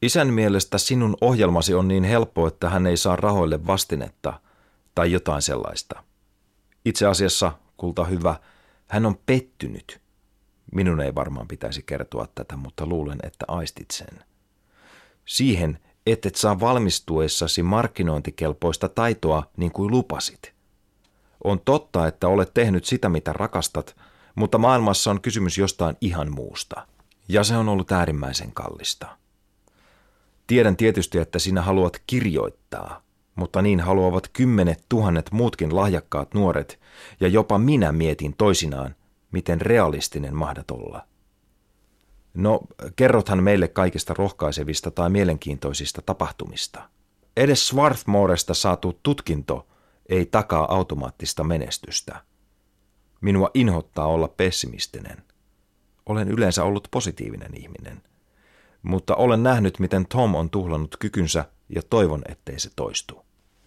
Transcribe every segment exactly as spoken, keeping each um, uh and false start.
Isän mielestä sinun ohjelmasi on niin helppo, että hän ei saa rahoille vastinetta tai jotain sellaista. Itse asiassa, kulta hyvä, hän on pettynyt. Minun ei varmaan pitäisi kertoa tätä, mutta luulen, että aistit sen. Siihen, ettet saa valmistuessasi markkinointikelpoista taitoa niin kuin lupasit. On totta, että olet tehnyt sitä, mitä rakastat, mutta maailmassa on kysymys jostain ihan muusta. Ja se on ollut äärimmäisen kallista. Tiedän tietysti, että sinä haluat kirjoittaa, mutta niin haluavat kymmenet tuhannet muutkin lahjakkaat nuoret, ja jopa minä mietin toisinaan, miten realistinen mahdat olla. No, kerrothan meille kaikista rohkaisevista tai mielenkiintoisista tapahtumista. Edes Swarthmoresta saatu tutkinto ei takaa automaattista menestystä. Minua inhottaa olla pessimistinen. Olen yleensä ollut positiivinen ihminen. Mutta olen nähnyt, miten Tom on tuhlannut kykynsä ja toivon, ettei se toistu.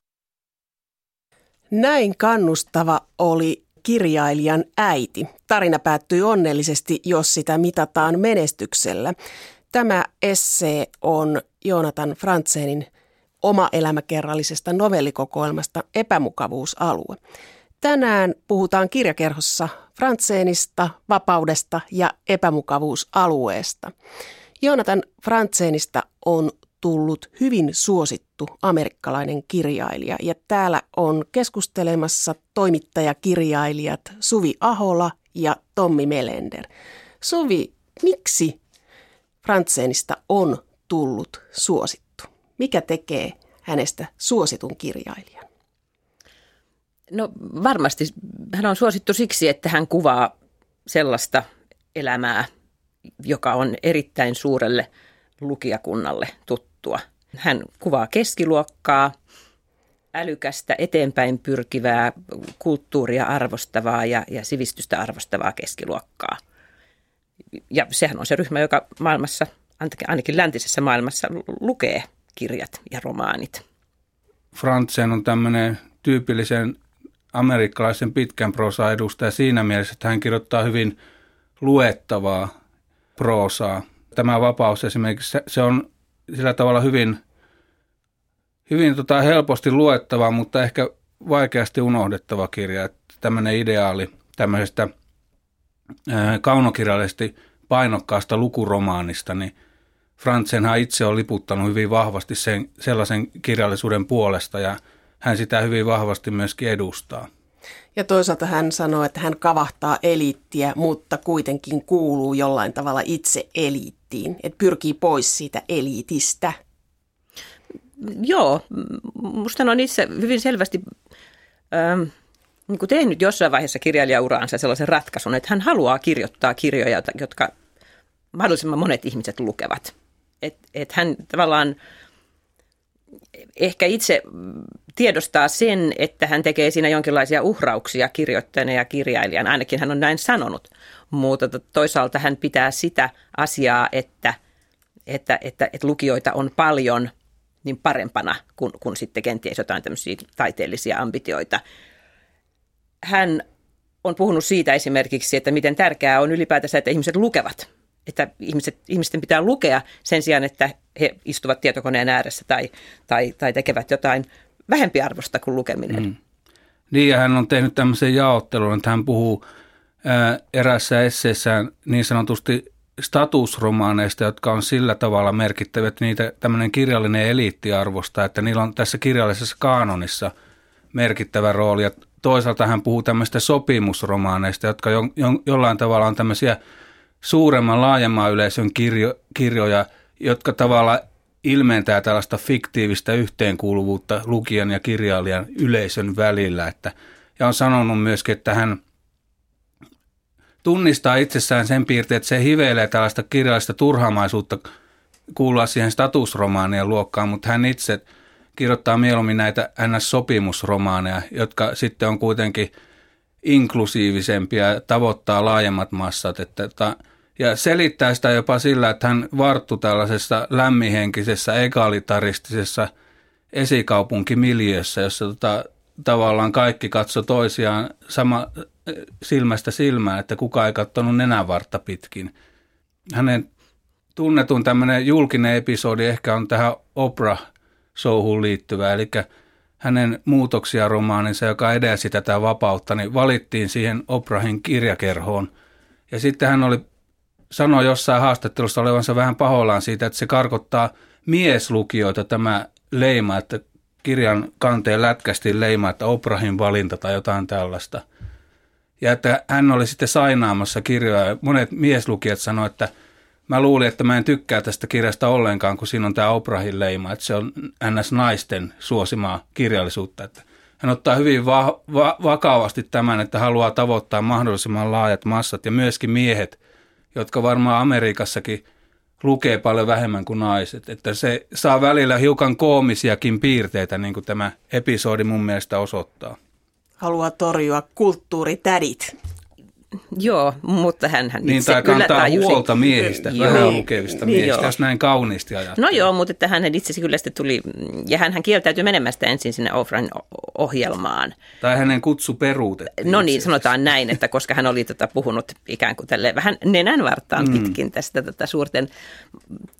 Näin kannustava oli kirjailijan äiti. Tarina päättyi onnellisesti, jos sitä mitataan menestyksellä. Tämä essee on Jonathan Franzénin oma elämäkerrallisesta novellikokoelmasta Epämukavuusalue. Tänään puhutaan kirjakerhossa Franzénista, vapaudesta ja epämukavuusalueesta. Jonathan Franzénista on tullut hyvin suosittu amerikkalainen kirjailija ja täällä on keskustelemassa toimittajakirjailijat Suvi Ahola ja Tommi Melender. Suvi, miksi Franzénista on tullut suosittu? Mikä tekee hänestä suositun kirjailijan? No varmasti hän on suosittu siksi, että hän kuvaa sellaista elämää, joka on erittäin suurelle lukijakunnalle tuttua. Hän kuvaa keskiluokkaa, älykästä, eteenpäin pyrkivää, kulttuuria arvostavaa ja, ja sivistystä arvostavaa keskiluokkaa. Ja sehän on se ryhmä, joka maailmassa, ainakin läntisessä maailmassa, lukee kirjat ja romaanit. Franzén on tämmöinen tyypillisen amerikkalaisen pitkän proosan edustaja siinä mielessä, että hän kirjoittaa hyvin luettavaa proosaa. Tämä Vapaus esimerkiksi, se on sillä tavalla hyvin, hyvin tota helposti luettava, mutta ehkä vaikeasti unohdettava kirja. Että tämmöinen ideaali tämmöisestä ää, kaunokirjallisesti painokkaasta lukuromaanista, niin Franzénhan itse on liputtanut hyvin vahvasti sen, sellaisen kirjallisuuden puolesta ja hän sitä hyvin vahvasti myöskin edustaa. Ja toisaalta hän sanoo, että hän kavahtaa eliittiä, mutta kuitenkin kuuluu jollain tavalla itse eliittiin, että pyrkii pois siitä eliitistä. Joo, musta hän on itse hyvin selvästi ähm, niin kuin tehnyt jossain vaiheessa kirjailijauraansa sellaisen ratkaisun, että hän haluaa kirjoittaa kirjoja, jotka mahdollisimman monet ihmiset lukevat. Että et hän tavallaan ehkä itse tiedostaa sen, että hän tekee siinä jonkinlaisia uhrauksia kirjoittajana ja kirjailijana. Ainakin hän on näin sanonut, mutta toisaalta hän pitää sitä asiaa, että, että, että, että lukijoita on paljon niin parempana kuin, kuin sitten kenties jotain tämmöisiä taiteellisia ambitioita. Hän on puhunut siitä esimerkiksi, että miten tärkeää on ylipäätänsä, että ihmiset lukevat. Että ihmiset, ihmisten pitää lukea sen sijaan, että he istuvat tietokoneen ääressä tai, tai, tai tekevät jotain vähempiarvosta kuin lukeminen. Mm. Niin, ja hän on tehnyt tämmöisen jaottelun, että hän puhuu ää, erässä esseessään niin sanotusti statusromaaneista, jotka on sillä tavalla merkittäviä, että niitä tämmöinen kirjallinen eliitti arvostaa, että niillä on tässä kirjallisessa kaanonissa merkittävä rooli. Ja toisaalta hän puhuu tämmöistä sopimusromaaneista, jotka jo, jo, jollain tavalla on tämmöisiä suuremman, laajemman yleisön kirjo, kirjoja, jotka tavallaan ilmentää tällaista fiktiivistä yhteenkuuluvuutta lukijan ja kirjailijan yleisön välillä. Että, ja on sanonut myöskin, että hän tunnistaa itsessään sen piirteen, että se hiveilee tällaista kirjallista turhamaisuutta kuulua siihen statusromaanien luokkaan, mutta hän itse kirjoittaa mieluummin näitä N S-sopimusromaaneja, jotka sitten on kuitenkin inklusiivisempia ja tavoittaa laajemmat massat. Että, ja selittää sitä jopa sillä, että hän varttui tällaisessa lämminhenkisessä, egalitaristisessa esikaupunkimiljössä, jossa tota, tavallaan kaikki katsoi toisiaan sama, silmästä silmään, että kukaan ei katsonut nenänvartta pitkin. Hänen tunnetun tämmöinen julkinen episodi ehkä on tähän Oprah-showhun liittyvä, eli hänen muutoksia romaaninsa, joka edelsi tätä vapautta, niin valittiin siihen Oprahin kirjakerhoon. Ja sitten hän oli, sanoi jossain haastattelussa olevansa vähän pahoillaan siitä, että se karkottaa mieslukijoita tämä leima, että kirjan kanteen lätkästiin leima, että Oprahin valinta tai jotain tällaista. Ja että hän oli sitten sainaamassa kirjoja ja monet mieslukijat sanoivat, että mä luulin, että mä en tykkää tästä kirjasta ollenkaan, kun siinä on tämä Oprahin leima, että se on ns. Naisten suosimaa kirjallisuutta. Että hän ottaa hyvin va- va- vakavasti tämän, että haluaa tavoittaa mahdollisimman laajat massat ja myöskin miehet, jotka varmaan Amerikassakin lukee paljon vähemmän kuin naiset. Että se saa välillä hiukan koomisiakin piirteitä, niin kuin tämä episodi mun mielestä osoittaa. Haluaa torjua kulttuuritädit. Joo, mutta hänhän niin, itse tai kyllä kantaa tajusi. huolta miehistä, Joo. vähän lukevista Niin, miehistä, joo. jos näin kauniisti ajattelee. No joo, mutta että hän itse kyllä sitten tuli, ja hän kieltäytyi menemästä ensin sinne Oprahin ohjelmaan. Tai hänen kutsu peruutettiin. No niin, sanotaan näin, että koska hän oli tota puhunut ikään kuin tälleen vähän nenänvartaan Mm. pitkin tästä tota suurten T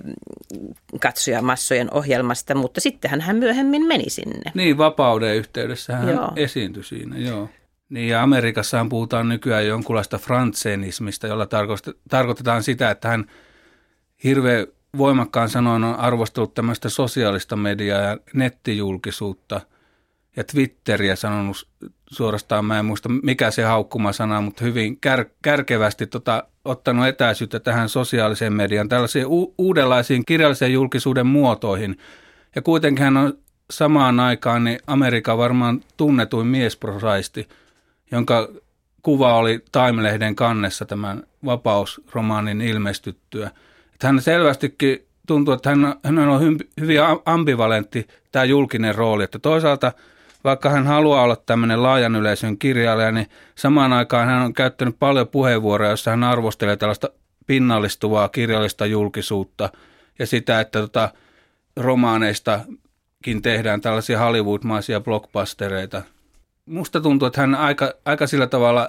V-katsojamassojen ohjelmasta, mutta sittenhän hän myöhemmin meni sinne. Niin, vapauden yhteydessä hän Joo. esiintyi siinä, joo. Niin, ja Amerikassahan puhutaan nykyään jonkunlaista frantsenismista, jolla tarkoitetaan sitä, että hän hirveän voimakkaan sanoin on arvostellut tämmöistä sosiaalista mediaa ja nettijulkisuutta ja Twitteriä sanonut suorastaan, mä en muista mikä se haukkuma sana, mutta hyvin kär, kärkevästi tota, ottanut etäisyyttä tähän sosiaaliseen mediaan, tällaisiin u- uudenlaisiin kirjallisen julkisuuden muotoihin. Ja kuitenkin hän on samaan aikaan niin Amerikan varmaan tunnetuin miesprosaisti, jonka kuva oli Time-lehden kannessa tämän vapausromaanin ilmestyttyä. Että hän selvästikin tuntuu, että hän, hän on hyvin ambivalentti tämä julkinen rooli, että toisaalta vaikka hän haluaa olla tämmöinen laajan yleisön kirjailija, niin samaan aikaan hän on käyttänyt paljon puheenvuoroja, joissa hän arvostelee tällaista pinnallistuvaa kirjallista julkisuutta ja sitä, että tota, romaaneistakin tehdään tällaisia Hollywood-maisia blockbustereita. Musta tuntuu, että hän aika, aika sillä tavalla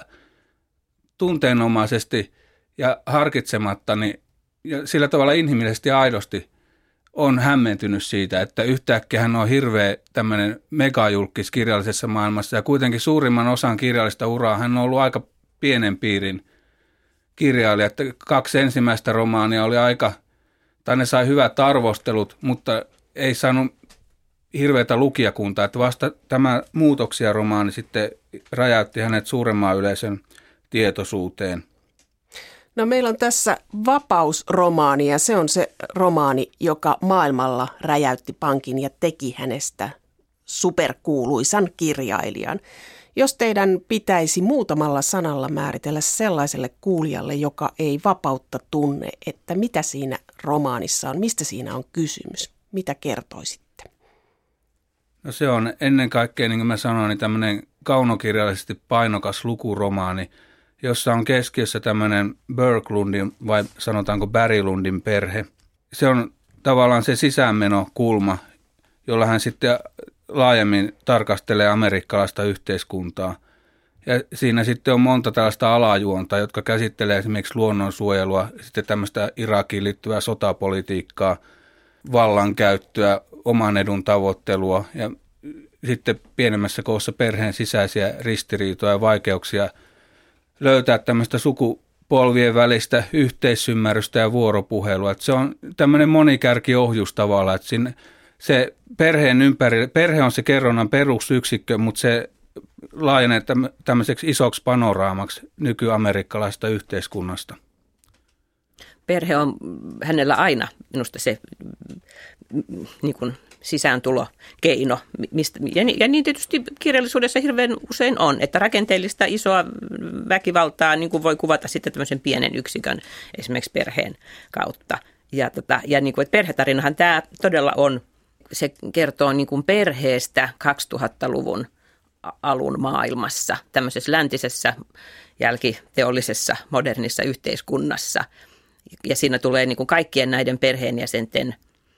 tunteenomaisesti ja harkitsematta, niin, ja sillä tavalla inhimillisesti ja aidosti on hämmentynyt siitä, että yhtäkkiä hän on hirveä tämmöinen megajulkis kirjallisessa maailmassa ja kuitenkin suurimman osan kirjallista uraa hän on ollut aika pienen piirin kirjailija, että kaksi ensimmäistä romaania oli aika, tai ne sai hyvät arvostelut, mutta ei saanut hirveätä lukijakuntaa, että vasta tämä Muutoksia romaani sitten räjäytti hänet suuremman yleisön tietoisuuteen. No meillä on tässä Vapausromaani ja se on se romaani, joka maailmalla räjäytti pankin ja teki hänestä superkuuluisan kirjailijan. Jos teidän pitäisi muutamalla sanalla määritellä sellaiselle kuulijalle, joka ei vapautta tunne, että mitä siinä romaanissa on, mistä siinä on kysymys, mitä kertoisitte? No se on ennen kaikkea, niin kuin mä sanoin, niin tämmöinen kaunokirjallisesti painokas lukuromaani, jossa on keskiössä tämmöinen Berglundin vai sanotaanko Berglundin perhe. Se on tavallaan se sisäänmenokulma, jolla hän sitten laajemmin tarkastelee amerikkalaista yhteiskuntaa. Ja siinä sitten on monta tällaista alajuonta, jotka käsittelee esimerkiksi luonnonsuojelua, sitten tämmöistä Irakiin liittyvää sotapolitiikkaa, vallankäyttöä, oman edun tavoittelua ja sitten pienemmässä koossa perheen sisäisiä ristiriitoja ja vaikeuksia löytää tämmöistä sukupolvien välistä yhteisymmärrystä ja vuoropuhelua. Että se on tämmöinen monikärkiohjus tavallaan, että sinne se perheen ympärille, perhe on se kerronnan perusyksikkö, mutta se laajenee tämmöiseksi isoksi panoraamaksi nykyamerikkalaisesta yhteiskunnasta. Perhe on hänellä aina minusta se niin kuin sisääntulokeino, mistä, ja, ja niin tietysti kirjallisuudessa hirveän usein on, että rakenteellista isoa väkivaltaa niin kuin voi kuvata sitten tämmöisen pienen yksikön esimerkiksi perheen kautta. Ja, tota, ja niin kuin, että perhetarinahan tämä todella on, se kertoo niin kuin perheestä kaksituhattaluvun alun maailmassa, tämmöisessä läntisessä jälkiteollisessa modernissa yhteiskunnassa. Ja siinä tulee niin kuin kaikkien näiden perheenjäsenten,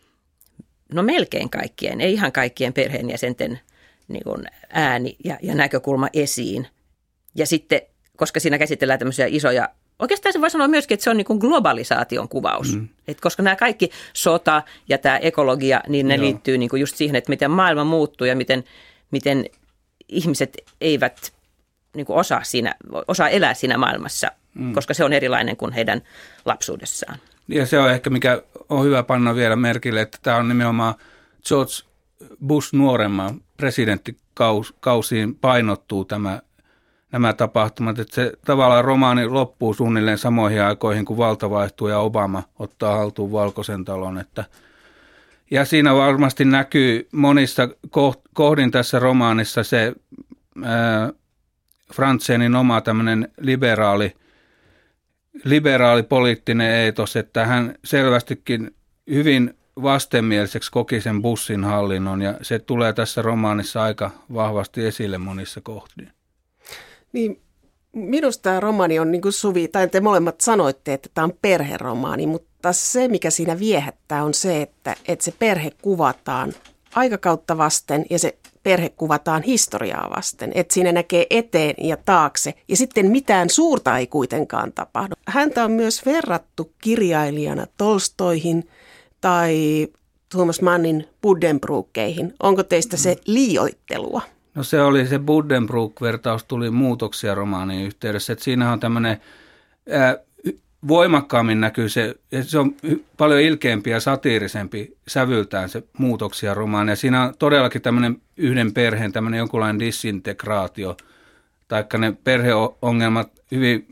no melkein kaikkien, ei ihan kaikkien perheenjäsenten niin kuin ääni ja, ja näkökulma esiin. Ja sitten, koska siinä käsitellään tämmöisiä isoja, oikeastaan se voi sanoa myöskin, että se on niin kuin globalisaation kuvaus. Mm. Et koska nämä kaikki sota ja tämä ekologia, niin ne Joo. liittyy niin kuin just siihen, että miten maailma muuttuu ja miten, miten ihmiset eivät niin kuin osaa, siinä, osaa elää siinä maailmassa, mm. koska se on erilainen kuin heidän lapsuudessaan. Ja se on ehkä, mikä on hyvä panna vielä merkille, että tämä on nimenomaan George Bush nuoremman presidenttikausiin painottuu tämä, nämä tapahtumat. Että se tavallaan romaani loppuu suunnilleen samoihin aikoihin, kun valta vaihtuu ja Obama ottaa haltuun Valkoisen talon. Että, ja siinä varmasti näkyy monissa kohdin tässä romaanissa se ää, Frantzenin oma tämmöinen liberaali, liberaali poliittinen eetos, että hän selvästikin hyvin vastenmieliseksi koki sen Bushin hallinnon, ja se tulee tässä romaanissa aika vahvasti esille monissa kohdin. Niin, minusta tämä romaani on, niin kuin Suvi, tai te molemmat sanoitte, että tämä on perheromaani, mutta se, mikä siinä viehättää, on se, että, että se perhe kuvataan aikakautta vasten ja se perhe kuvataan historiaa vasten, että siinä näkee eteen ja taakse ja sitten mitään suurta ei kuitenkaan tapahdu. Häntä on myös verrattu kirjailijana Tolstoihin tai Thomas Mannin Buddenbrookkeihin. Onko teistä se liioittelua? No se oli se Buddenbrook-vertaus, tuli muutoksia romaanin yhteydessä, että siinä on tämmöinen ää, voimakkaammin näkyy se, se on paljon ilkeämpi ja satiirisempi sävyltään se muutoksia romaani. Ja siinä on todellakin tämmöinen yhden perheen tämmöinen jonkunlainen disintegraatio, taikka ne perheongelmat hyvin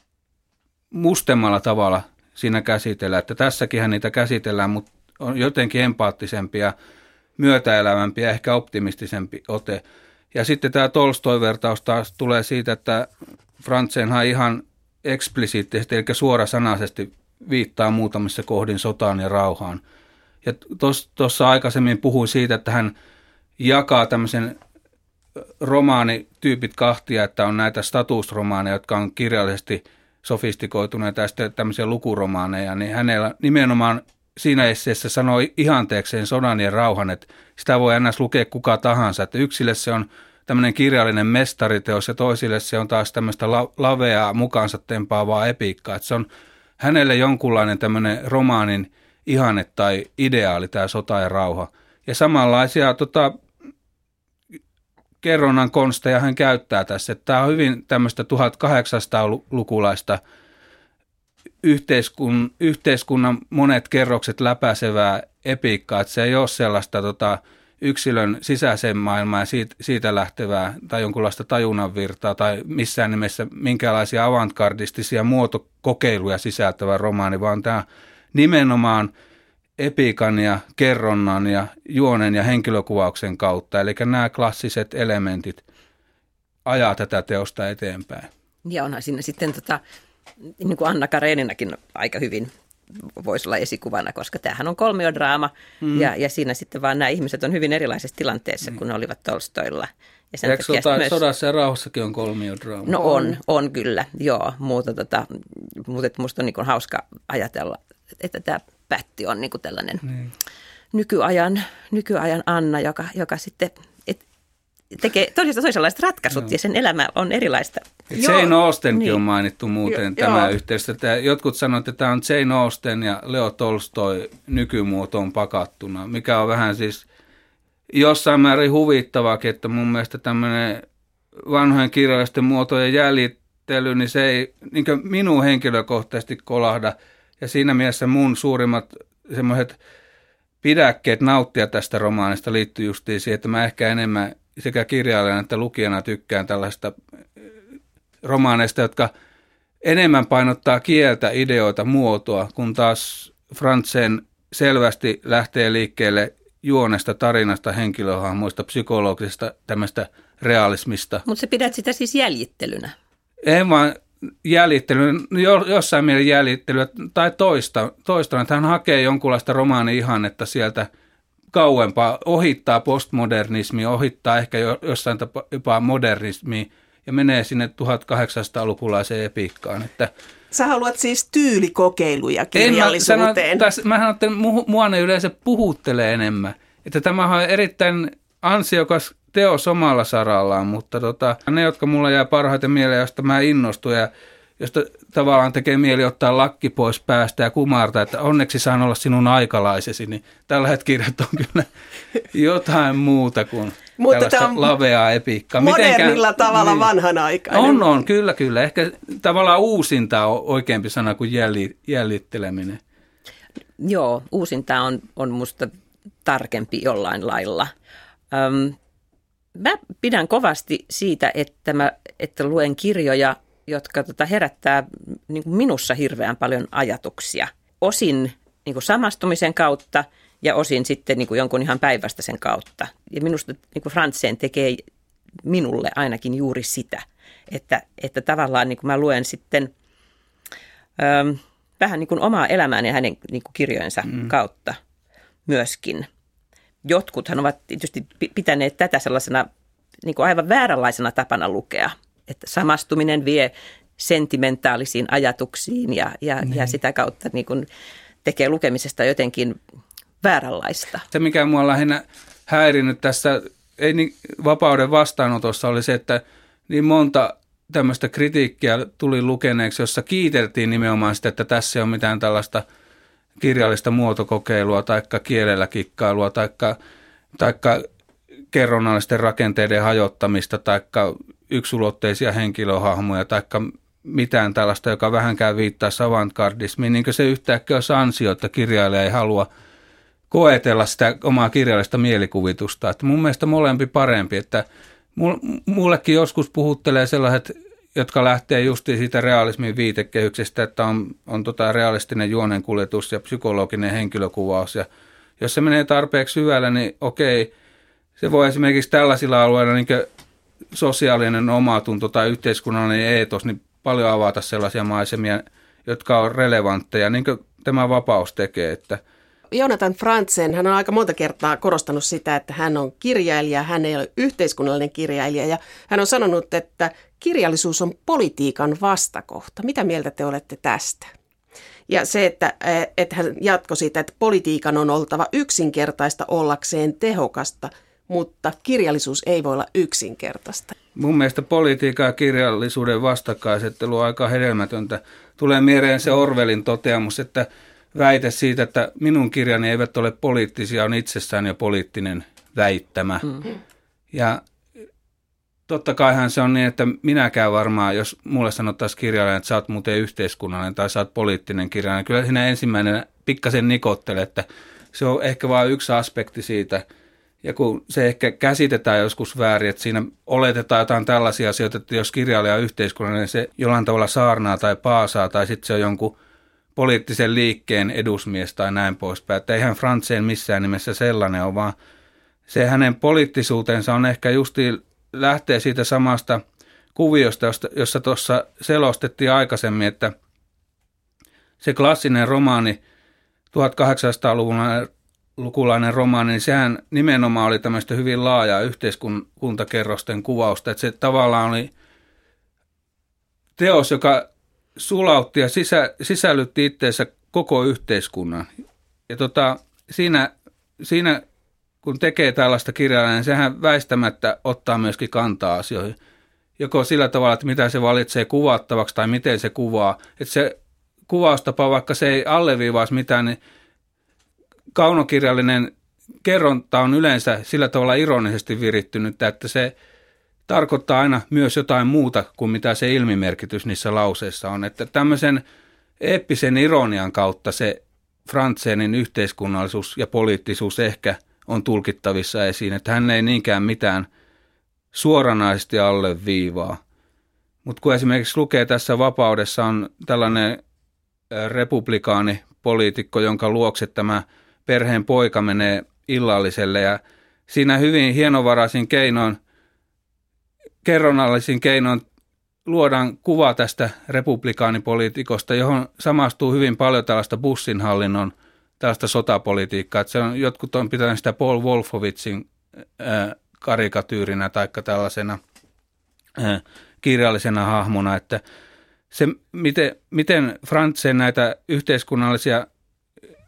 mustemmalla tavalla siinä käsitellään. Että tässäkinhän niitä käsitellään, mutta on jotenkin empaattisempia, myötäelävämpi ja ehkä optimistisempi ote. Ja sitten tämä Tolstoi-vertaus taas tulee siitä, että Frantzenhan ihan eksplisiittisesti, eli suorasanaisesti viittaa muutamissa kohdin sotaan ja rauhaan. Ja tuossa aikaisemmin puhuin siitä, että hän jakaa tämmöisen romaanityypit kahtia, että on näitä statusromaaneja, jotka on kirjallisesti sofistikoituneita, ja sitten tämmöisiä lukuromaaneja, niin hänellä nimenomaan siinä esseessä sanoi ihanteekseen sodan ja rauhan, että sitä voi ennäs lukea kuka tahansa, että yksilölle se on tämmöinen kirjallinen mestariteos ja toisille se on taas tämmöistä la- laveaa mukaansa tempaavaa epiikkaa, että se on hänelle jonkunlainen tämmöinen romaanin ihanne tai ideaali tämä sota ja rauha. Ja samanlaisia tota, kerronnan konsteja hän käyttää tässä, että tämä on hyvin tämmöistä tuhatkahdeksansataalukulaista yhteiskun, yhteiskunnan monet kerrokset läpäisevää epiikkaa, että se ei ole sellaista tota, yksilön sisäiseen maailmaan ja siitä, siitä lähtevää tai jonkunlaista tajunnanvirtaa tai missään nimessä minkälaisia avantgardistisia muotokokeiluja sisältävä romaani, vaan tämä nimenomaan epiikan ja kerronnan ja juonen ja henkilökuvauksen kautta. Eli nämä klassiset elementit ajaa tätä teosta eteenpäin. Ja onhan siinä sitten, tota, niin kuin Anna Kareninakin aika hyvin voisi olla esikuvana, koska tämähän on kolmiodraama mm. ja, ja siinä sitten vaan nämä ihmiset on hyvin erilaisessa tilanteessa, mm. kun ne olivat Tolstoilla. Ja sen Eikö sota, myös sodassa ja rauhassakin on kolmiodraama? No on, on kyllä, joo, mutta, tota, mutta musta on niin kuin hauska ajatella, että tämä Pätti on niin kuin tällainen mm. nykyajan, nykyajan Anna, joka, joka sitten et, tekee todella toisenlaiset ratkaisut no. ja sen elämä on erilaista. Jane Austenkin niin on mainittu muuten jo, tämä yhteydessä. Jotkut sanovat, että tämä on Jane Austen ja Leo Tolstoi nykymuotoon pakattuna, mikä on vähän siis jossain määrin huvittavaakin, että mun mielestä tämmöinen vanhojen kirjallisten muotojen jäljittely, niin se ei niin kuin minun henkilökohtaisesti kolahda. Ja siinä mielessä mun suurimmat semmoiset pidäkkeet nauttia tästä romaanista liittyy justiin siihen, että mä ehkä enemmän sekä kirjailijana että lukijana tykkään tällaista romaaneista, jotka enemmän painottaa kieltä, ideoita, muotoa, kun taas Frantzen selvästi lähtee liikkeelle juonesta, tarinasta, henkilöhahmoista, psykologisesta tämmöistä realismista. Mutta sä pidät sitä siis jäljittelynä? En vaan jäljittelyä, jossain mielessä jäljittelyä tai toista, toista, että hän hakee jonkunlaista romaani-ihannetta sieltä kauempaa, ohittaa postmodernismia, ohittaa ehkä jossain tapa, jopa modernismia ja menee sinne tuhatkahdeksansataalukulaiseen epiikkaan. Että sä haluat siis tyylikokeiluja kirjallisuuteen. Mä sanon, että mua ne yleensä puhuttelee enemmän. Että tämähän on erittäin ansiokas teos omalla sarallaan, mutta tota, ne, jotka mulla jää parhaiten mieleen, josta mä innostun ja josta tavallaan tekee mieli ottaa lakki pois päästä ja kumartaa, että onneksi saan olla sinun aikalaisesi, niin tällaiset kirjat on kyllä jotain muuta kuin mutta tällaista laveaa epiikkaa. Modernilla Mitenkään, tavalla niin, vanhanaikainen. On, on, kyllä, kyllä. Ehkä tavallaan uusinta on oikeampi sana kuin jäljitteleminen. Joo, uusinta on, on musta tarkempi jollain lailla. Öm, mä pidän kovasti siitä, että, mä, että luen kirjoja, jotka tota herättää niin kuin minussa hirveän paljon ajatuksia. Osin niin kuin samastumisen kautta ja osin sitten niin kuin jonkun ihan päinvastaisen kautta. Ja minusta niin kuin Franzen tekee minulle ainakin juuri sitä, että, että tavallaan niin kuin mä luen sitten öm, vähän niin kuin omaa elämääni ja hänen niin kuin kirjojensa mm. kautta myöskin. Jotkuthan ovat tietysti pitäneet tätä sellaisena niin kuin aivan vääränlaisena tapana lukea, että samastuminen vie sentimentaalisiin ajatuksiin ja, ja, ja sitä kautta niin kuin tekee lukemisesta jotenkin vääränlaista. Se, mikä mua on lähinnä häirinyt tässä ei niin, vapauden vastaanotossa, oli se, että niin monta tämmöistä kritiikkiä tuli lukeneeksi, jossa kiiteltiin nimenomaan sitä, että tässä ei ole mitään tällaista kirjallista muotokokeilua tai kielellä kikkailua tai kerronnallisten rakenteiden hajottamista tai yksulotteisia henkilöhahmoja tai mitään tällaista, joka vähänkään viittaa avantgardismiin, niin kuin se yhtäkkiä olisi ansio, että kirjailija ei halua koetella sitä omaa kirjallista mielikuvitusta. Että mun mielestä molempi parempi, että mullekin joskus puhuttelee sellaiset, jotka lähtee justiin siitä realismin viitekehyksestä, että on, on tota realistinen juonenkuljetus ja psykologinen henkilökuvaus. Ja jos se menee tarpeeksi syvälle, niin okei, se voi esimerkiksi tällaisilla alueilla niin kuin sosiaalinen omatunto tai yhteiskunnallinen eetos, niin paljon avata sellaisia maisemia, jotka on relevantteja, niin kuin tämä vapaus tekee. Että Jonathan Franzen, hän on aika monta kertaa korostanut sitä, että hän on kirjailija, hän ei ole yhteiskunnallinen kirjailija ja hän on sanonut, että kirjallisuus on politiikan vastakohta. Mitä mieltä te olette tästä? Ja se, että, että hän jatkoi siitä, että politiikan on oltava yksinkertaista ollakseen tehokasta, mutta kirjallisuus ei voi olla yksinkertaista. Mun mielestä politiikan ja kirjallisuuden vastakkainasettelu on aika hedelmätöntä. Tulee mieleen se Orwellin toteamus, että väite siitä, että minun kirjani eivät ole poliittisia, on itsessään jo poliittinen väittämä. Mm-hmm. Ja totta kaihan se on niin, että minäkään varmaan, jos mulle sanottaisiin kirjailija, että sä oot muuten yhteiskunnallinen tai sä oot poliittinen kirjailija, kyllä siinä ensimmäinen pikkasen nikottelee, että se on ehkä vain yksi aspekti siitä. Ja kun se ehkä käsitetään joskus väärin, että siinä oletetaan jotain tällaisia asioita, että jos kirjailija on yhteiskunnallinen, se jollain tavalla saarnaa tai paasaa tai sitten se on jonkun poliittisen liikkeen edusmies tai näin poispäin. Että eihän Franzen missään nimessä sellainen ole, vaan se hänen poliittisuutensa on ehkä justiin lähtee siitä samasta kuviosta, jossa tuossa selostettiin aikaisemmin, että se klassinen romaani, tuhatkahdeksansataalukulainen romaani, niin sehän nimenomaan oli tämmöistä hyvin laajaa yhteiskuntakerrosten kuvausta, että se tavallaan oli teos, joka sulautti ja sisä, sisällytti itseensä koko yhteiskunnan. Ja tota, siinä, siinä, kun tekee tällaista kirjaa, niin sehän väistämättä ottaa myöskin kantaa asioihin. Joko sillä tavalla, että mitä se valitsee kuvattavaksi tai miten se kuvaa. Että se kuvaustapa, vaikka se ei alleviivaisi mitään, niin kaunokirjallinen kerronta on yleensä sillä tavalla ironisesti virittynyt, että se tarkoittaa aina myös jotain muuta kuin mitä se ilmimerkitys niissä lauseissa on. Että tämmöisen eeppisen ironian kautta se Franzenin yhteiskunnallisuus ja poliittisuus ehkä on tulkittavissa esiin, että hän ei niinkään mitään suoranaisesti alleviivaa. Mutta kun esimerkiksi lukee tässä Vapaudessa on tällainen republikaanipoliitikko, jonka luokse tämä perheen poika menee illalliselle ja siinä hyvin hienovaraisin keinoin kerronnallisin keinoin luodaan kuva tästä republikaanipoliitikosta, johon samastuu hyvin paljon tällaista Bushin-hallinnon tällaista sotapolitiikkaa. Että se on, jotkut on pitänyt sitä Paul Wolfowitzin äh, karikatyyrinä tai tällaisena äh, kirjallisena hahmona, että se, miten, miten Franzen näitä yhteiskunnallisia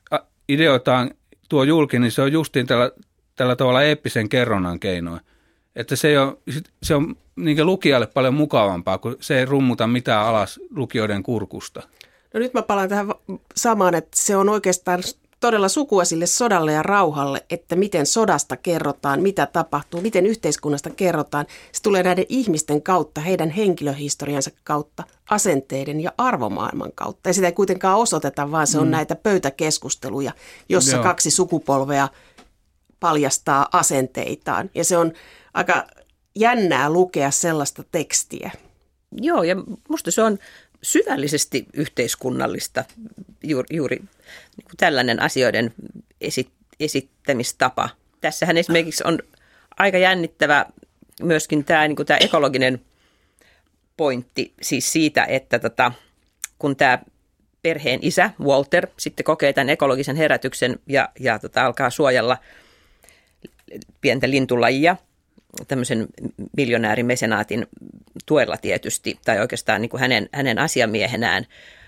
ideoitaan tuo julki, niin se on justiin tällä, tällä tavalla eeppisen kerronnan keinoin. Että se, ei ole, se on niin lukijalle paljon mukavampaa, kun se ei rummuta mitään alas lukijoiden kurkusta. No nyt mä palaan tähän samaan, että se on oikeastaan todella sukua sille sodalle ja rauhalle, että miten sodasta kerrotaan, mitä tapahtuu, miten yhteiskunnasta kerrotaan. Se tulee näiden ihmisten kautta, heidän henkilöhistoriansa kautta, asenteiden ja arvomaailman kautta. Ja sitä ei kuitenkaan osoiteta, vaan se on mm. näitä pöytäkeskusteluja, jossa Joo. kaksi sukupolvea paljastaa asenteitaan. Ja se on aika jännää lukea sellaista tekstiä. Joo, ja musta se on syvällisesti yhteiskunnallista juuri, juuri niin kuin tällainen asioiden esi- esittämistapa. Tässähän esimerkiksi on aika jännittävä myöskin tämä, niin kuin tämä ekologinen pointti, siis siitä, että tota, kun tämä perheen isä Walter sitten kokee tämän ekologisen herätyksen ja, ja tota, alkaa suojella pientä lintulajia tämmöisen miljonäärimesenaatin tuella tietysti, tai oikeastaan niin kuin hänen, hänen asiamiehenään.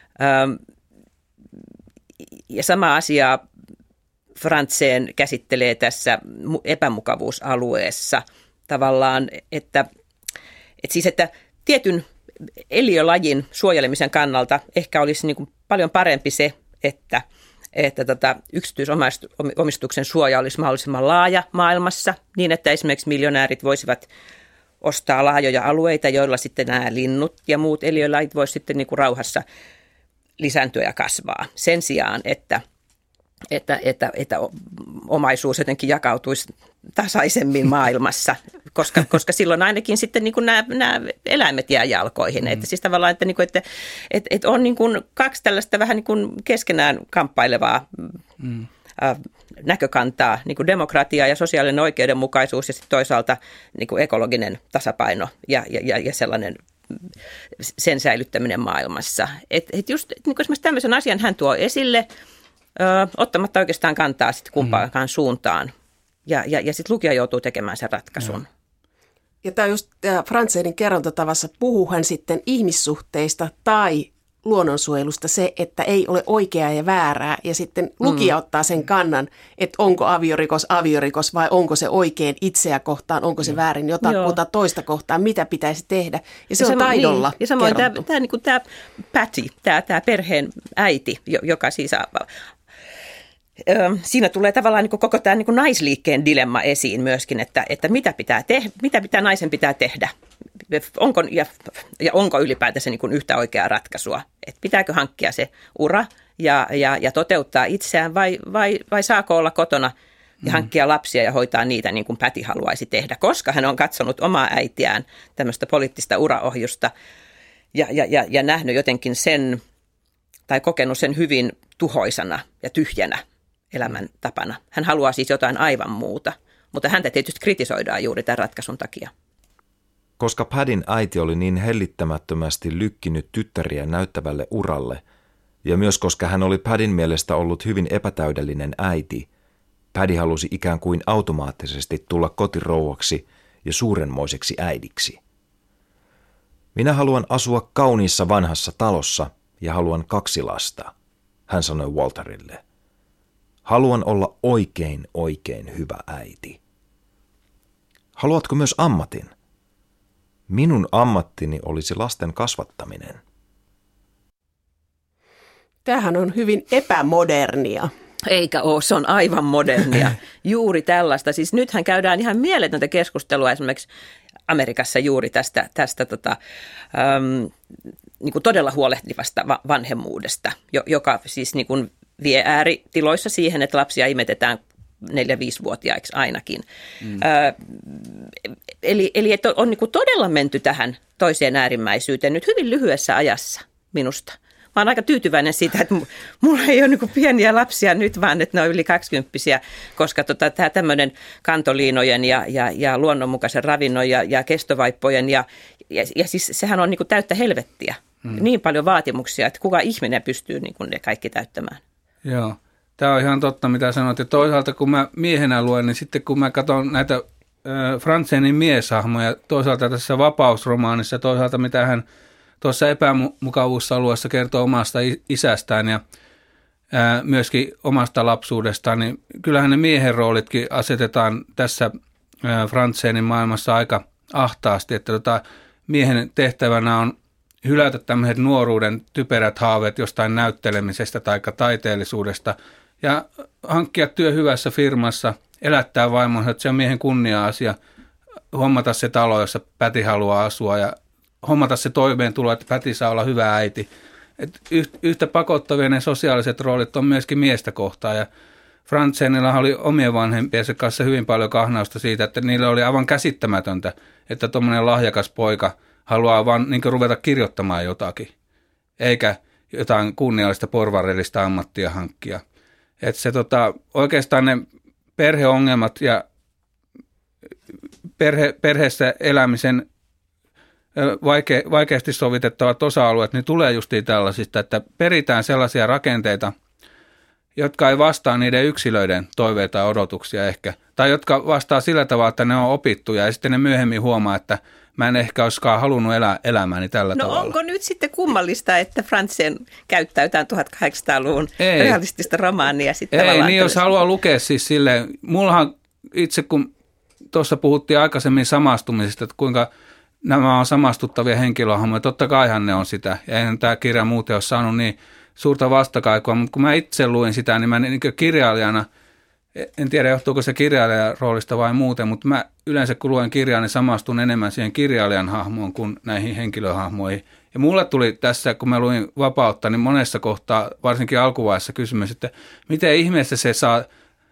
Ja sama asia Frantzen käsittelee tässä epämukavuusalueessa tavallaan, että, että, siis, että tietyn eliölajin suojelemisen kannalta ehkä olisi niin kuin paljon parempi se, että että tota, yksityisomistuksen suoja olisi mahdollisimman laaja maailmassa, niin että esimerkiksi miljonäärit voisivat ostaa laajoja alueita, joilla sitten nämä linnut ja muut eliölajit voisivat sitten niin kuin rauhassa lisääntyä ja kasvaa. Sen sijaan, että, että, että, että omaisuus jotenkin jakautuisi tasaisemmin maailmassa, koska, koska silloin ainakin sitten niin kuin nämä, nämä eläimet jää jalkoihin. Mm. Että siis tavallaan, että, niin kuin, että, että, että on niin kuin kaksi tällaista vähän niin kuin keskenään kamppailevaa mm. äh, näkökantaa, niin kuin demokratia ja sosiaalinen oikeudenmukaisuus ja sitten toisaalta niin kuin ekologinen tasapaino ja, ja, ja sellainen sen säilyttäminen maailmassa. Et, et just et niin kuin esimerkiksi tämmöisen asian hän tuo esille, ö, ottamatta oikeastaan kantaa sitten kumpaankaan mm. suuntaan. Ja, ja, ja sitten lukija joutuu tekemään sen ratkaisun. Mm. Ja tämä just Frantzenin kerrontatavassa puhuu hän sitten ihmissuhteista tai luonnonsuojelusta se, että ei ole oikeaa ja väärää. Ja sitten lukija mm. ottaa sen kannan, että onko aviorikos aviorikos vai onko se oikein itseä kohtaan, onko se mm. väärin jotain toista kohtaan, mitä pitäisi tehdä. Ja se ja on sama, taidolla niin. Ja samoin tämä, tämä, niin tämä Patty, tämä, tämä perheen äiti, joka siis... Siinä tulee tavallaan niin koko tämä niin naisliikkeen dilemma esiin myöskin, että, että mitä, pitää tehdä, mitä pitää naisen pitää tehdä onko, ja, ja onko ylipäätänsä niin yhtä oikeaa ratkaisua, että pitääkö hankkia se ura ja, ja, ja toteuttaa itseään vai, vai, vai saako olla kotona ja hankkia lapsia ja hoitaa niitä niin kuin Patty haluaisi tehdä, koska hän on katsonut omaa äitiään tämmöistä poliittista uraohjusta ja, ja, ja, ja nähnyt jotenkin sen tai kokenut sen hyvin tuhoisana ja tyhjänä elämäntapana. Hän haluaa siis jotain aivan muuta, mutta häntä tietysti kritisoidaan juuri tämän ratkaisun takia. Koska Paddyn äiti oli niin hellittämättömästi lykkinyt tyttäriä näyttävälle uralle, ja myös koska hän oli Paddyn mielestä ollut hyvin epätäydellinen äiti, Paddy halusi ikään kuin automaattisesti tulla kotirouvaksi ja suurenmoiseksi äidiksi. Minä haluan asua kauniissa vanhassa talossa ja haluan kaksi lasta, hän sanoi Walterille. Haluan olla oikein, oikein hyvä äiti. Haluatko myös ammatin? Minun ammattini olisi lasten kasvattaminen. Tämähän on hyvin epämodernia. Eikä ole, se on aivan modernia. Juuri tällaista. Siis nythän käydään ihan mieletöntä keskustelua esimerkiksi Amerikassa juuri tästä, tästä tota, äm, niin kuin todella huolehtivasta vanhemmuudesta, joka siis niin kuin vie ääritiloissa siihen, että lapsia imetetään neljä-viisivuotiaiksi ainakin. Mm. Ö, eli, eli että on niin kuin todella menty tähän toiseen äärimmäisyyteen nyt hyvin lyhyessä ajassa minusta. Mä oon aika tyytyväinen siitä, että mulla ei ole niin kuin pieniä lapsia nyt, vaan että ne on yli kaksikymppisiä, koska tota, tämä tämmöinen kantoliinojen ja, ja, ja luonnonmukaisen ravinnon ja, ja kestovaippojen ja, ja, ja siis sehän on niin kuin täyttä helvettiä. Mm. Niin paljon vaatimuksia, että kuka ihminen pystyy niin kuin ne kaikki täyttämään. Joo, tämä on ihan totta, mitä sanoit. Ja toisaalta kun mä miehenä luen, niin sitten kun mä katson näitä äh, Frantzenin mieshahmoja, toisaalta tässä vapausromaanissa, toisaalta mitä hän tuossa epämukavuusalueessa kertoo omasta isästään ja ää, myöskin omasta lapsuudestaan, niin kyllähän ne miehen roolitkin asetetaan tässä Frantzenin maailmassa aika ahtaasti, että tota, miehen tehtävänä on hylätä tämmöiset nuoruuden typerät haaveet jostain näyttelemisestä tai taiteellisuudesta ja hankkia työ hyvässä firmassa, elättää vaimonsa, että se on miehen kunnia-asia, hommata se talo, jossa Päti haluaa asua ja hommata se toimeentulo, että Päti saa olla hyvä äiti. Et yhtä pakottavia ne sosiaaliset roolit on myöskin miestä kohtaan ja Frantzenilla oli omien vanhempiensa kanssa hyvin paljon kahnausta siitä, että niillä oli aivan käsittämätöntä, että tuommoinen lahjakas poika haluaa vaan niin ruveta kirjoittamaan jotakin, eikä jotain kunniallista porvarillista ammattia hankkia. Että se tota, oikeastaan ne perheongelmat ja perhe, perheessä elämisen vaike, vaikeasti sovitettavat osa-alueet, niin tulee justiin tällaisista, että peritään sellaisia rakenteita, jotka ei vastaa niiden yksilöiden toiveita ja odotuksia ehkä, tai jotka vastaa sillä tavalla, että ne on opittuja, ja sitten ne myöhemmin huomaa, että mä en ehkä olisikaan halunnut elää elämääni tällä no tavalla. No onko nyt sitten kummallista, että Frantzen käyttää jotain tuhatkahdeksansataaluvun ei. realistista romaania sitten? Ei, niin jos haluaa lukea siis silleen, mullahan itse kun tuossa puhuttiin aikaisemmin samastumisesta, että kuinka nämä on samastuttavia henkilöhahmoja, totta kaihan ne on sitä, ja eihän tämä kirja muuten ole saanut niin suurta vastakaikua, mutta kun mä itse luin sitä, niin mä niin kirjailijana, en tiedä johtuuko se kirjailijan roolista vai muuten, mutta mä yleensä kun luen kirjaa, niin samastun enemmän siihen kirjailijan hahmoon kuin näihin henkilöhahmoihin. Ja mulle tuli tässä, kun mä luin Vapautta, niin monessa kohtaa, varsinkin alkuvaiheessa kysymys, että miten ihmeessä se saa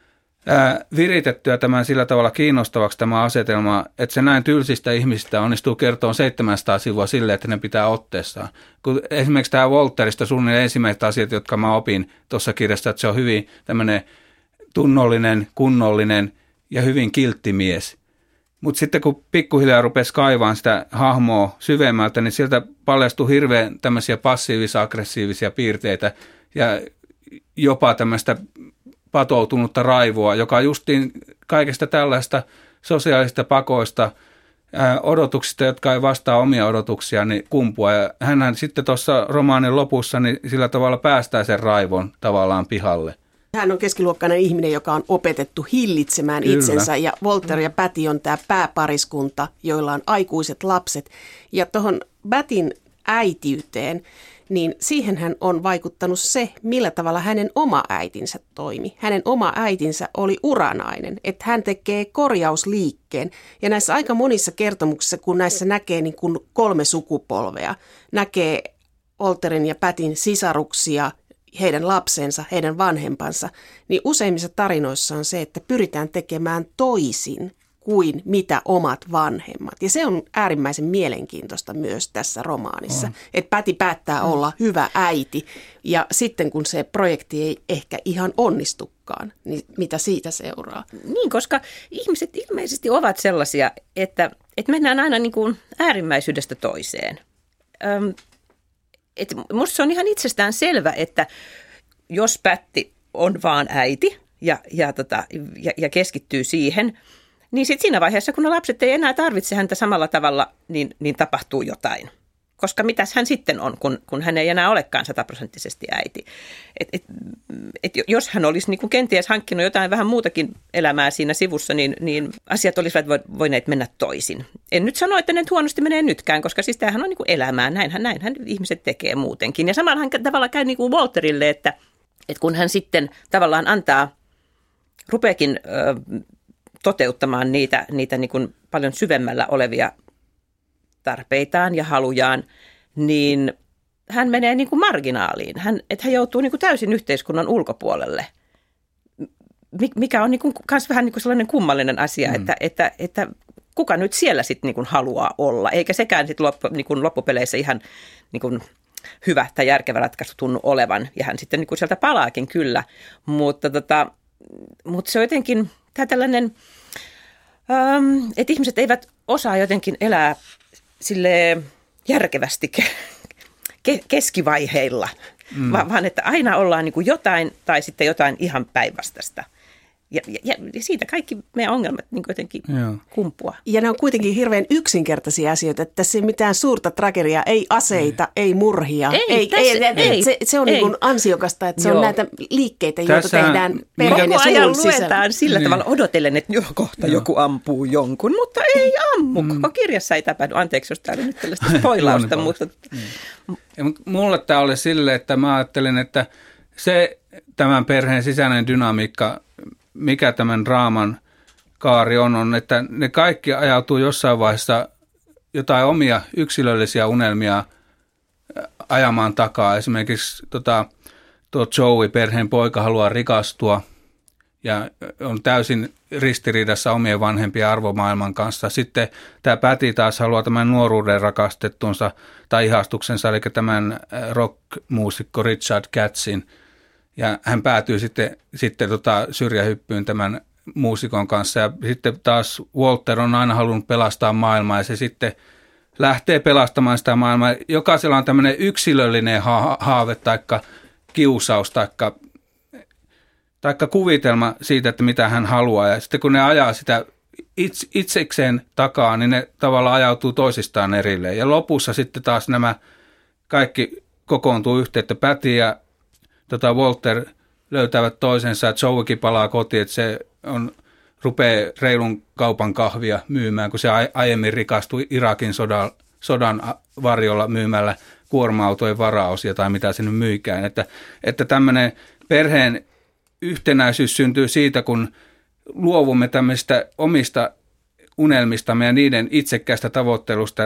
ää, viritettyä tämän sillä tavalla kiinnostavaksi tämä asetelma, että se näin tylsistä ihmisistä onnistuu kertoa seitsemänsataa sivua silleen, että ne pitää otteessaan. Kun esimerkiksi tämä Voltaireista suunnilleen ensimmäiset asiat, jotka mä opin tuossa kirjassa, että se on hyvin tämmöinen tunnollinen, kunnollinen ja hyvin kiltti mies. Mutta sitten kun pikkuhiljaa rupesi kaivaan sitä hahmoa syvemmältä, niin sieltä paljastui hirveän tämmöisiä passiivis-aggressiivisia piirteitä ja jopa tämmöistä patoutunutta raivoa, joka justiin kaikesta tällaista sosiaalista pakoista, ää, odotuksista, jotka ei vastaa omia odotuksia, niin kumpua. Ja hänhän sitten tuossa romaanin lopussa niin sillä tavalla päästää sen raivon tavallaan pihalle. Hän on keskiluokkainen ihminen, joka on opetettu hillitsemään Kyllä. itsensä ja Voltaire ja Päti on tämä pääpariskunta, joilla on aikuiset lapset. Ja tuohon Pätin äitiyteen, niin siihen hän on vaikuttanut se, millä tavalla hänen oma äitinsä toimi. Hänen oma äitinsä oli uranainen, että hän tekee korjausliikkeen. Ja näissä aika monissa kertomuksissa, kun näissä näkee niin kuin kolme sukupolvea, näkee Voltairen ja Pätin sisaruksia, heidän lapsensa, heidän vanhempansa, niin useimmissa tarinoissa on se, että pyritään tekemään toisin kuin mitä omat vanhemmat. Ja se on äärimmäisen mielenkiintoista myös tässä romaanissa, on. Että Päti päättää olla hyvä äiti ja sitten kun se projekti ei ehkä ihan onnistukaan, niin mitä siitä seuraa? Niin, koska ihmiset ilmeisesti ovat sellaisia, että, että mennään aina niin kuin äärimmäisyydestä toiseen. Öm, Et musta se on ihan itsestään selvä, että jos Pätti on vaan äiti ja, ja, tota, ja, ja keskittyy siihen, niin sitten siinä vaiheessa, kun ne lapset ei enää tarvitse häntä samalla tavalla, niin, niin tapahtuu jotain. Koska mitäs hän sitten on, kun, kun hän ei enää olekaan sataprosenttisesti äiti. Et, et, et jos hän olisi niin kuin kenties hankkinut jotain vähän muutakin elämää siinä sivussa, niin, niin asiat olisivat voineet mennä toisin. En nyt sano, että ne huonosti menee nytkään, koska siis tämähän on niin kuin elämää. Näinhän, näinhän ihmiset tekee muutenkin. Ja samalla tavalla käy niin kuin Voltairelle, että, että kun hän sitten tavallaan antaa, rupeakin ö, toteuttamaan niitä, niitä niin kuin paljon syvemmällä olevia tarpeitaan ja halujaan, niin hän menee niin kuin marginaaliin. Hän, että hän joutuu niin kuin täysin yhteiskunnan ulkopuolelle, mikä on niin kuin myös vähän niin kuin sellainen kummallinen asia, mm. että, että, että kuka nyt siellä sitten niin kuin haluaa olla, eikä sekään sitten loppu, niin kuin loppupeleissä ihan niin kuin hyvä tai järkevä ratkaisu tunnu olevan, ja hän sitten niin kuin sieltä palaakin kyllä, mutta, tota, mutta se on jotenkin tämä tällainen, ähm, että ihmiset eivät osaa jotenkin elää silleen järkevästi ke- keskivaiheilla, mm. Va- vaan että aina ollaan niin kuin jotain tai sitten jotain ihan päinvastaista. Ja, ja, ja siitä kaikki meidän ongelmat niin jotenkin Joo. kumpuaa. Ja ne on kuitenkin hirveän yksinkertaisia asioita, että se mitään suurta tragediaa, ei aseita, ei, ei murhia. Ei, ei, tässä, ei, ei, se, se on ei. Niin kuin ansiokasta, että se Joo. on näitä liikkeitä, joita Tässähän, tehdään perheen ja koko ajan suvun sisällä. luetaan sillä niin. tavalla odotellen, että jo, kohta Joo. joku ampuu jonkun, mutta ei ammu. Mm. Koko kirjassa ei tapahdu. Anteeksi, jos tämä oli nyt tällaista spoilausta. mutta... Mm. Ja, mutta mulle tämä oli silleen, että mä ajattelin, että se tämän perheen sisäinen dynamiikka, mikä tämän draaman kaari on, on, että ne kaikki ajautuu jossain vaiheessa jotain omia yksilöllisiä unelmia ajamaan takaa. Esimerkiksi tota, tuo Joey, perheen poika, haluaa rikastua ja on täysin ristiriidassa omien vanhempien arvomaailman kanssa. Sitten tämä Patty taas haluaa tämän nuoruuden rakastettunsa tai ihastuksensa, eli tämän rock-muusikko Richard Katzin. Ja hän päätyy sitten, sitten tota syrjähyppyyn tämän muusikon kanssa. Ja sitten taas Walter on aina halunnut pelastaa maailmaa ja se sitten lähtee pelastamaan sitä maailmaa. Jokaisella on tämmöinen yksilöllinen ha- haave taikka kiusaus taikka, taikka kuvitelma siitä, että mitä hän haluaa. Ja sitten kun ne ajaa sitä itse, itsekseen takaa, niin ne tavallaan ajautuu toisistaan erilleen. Ja lopussa sitten taas nämä kaikki kokoontuu yhteen, että Patty ja tota Walter löytävät toisensa, että Joeykin palaa kotiin, että se on, rupeaa reilun kaupan kahvia myymään, kun se aiemmin rikastui Irakin sodan, sodan varjolla myymällä kuorma-autojen varaosia tai mitä se nyt myykään. Että, että tämmöinen perheen yhtenäisyys syntyy siitä, kun luovumme tämmöistä omista unelmistamme ja niiden itsekkäistä tavoittelusta.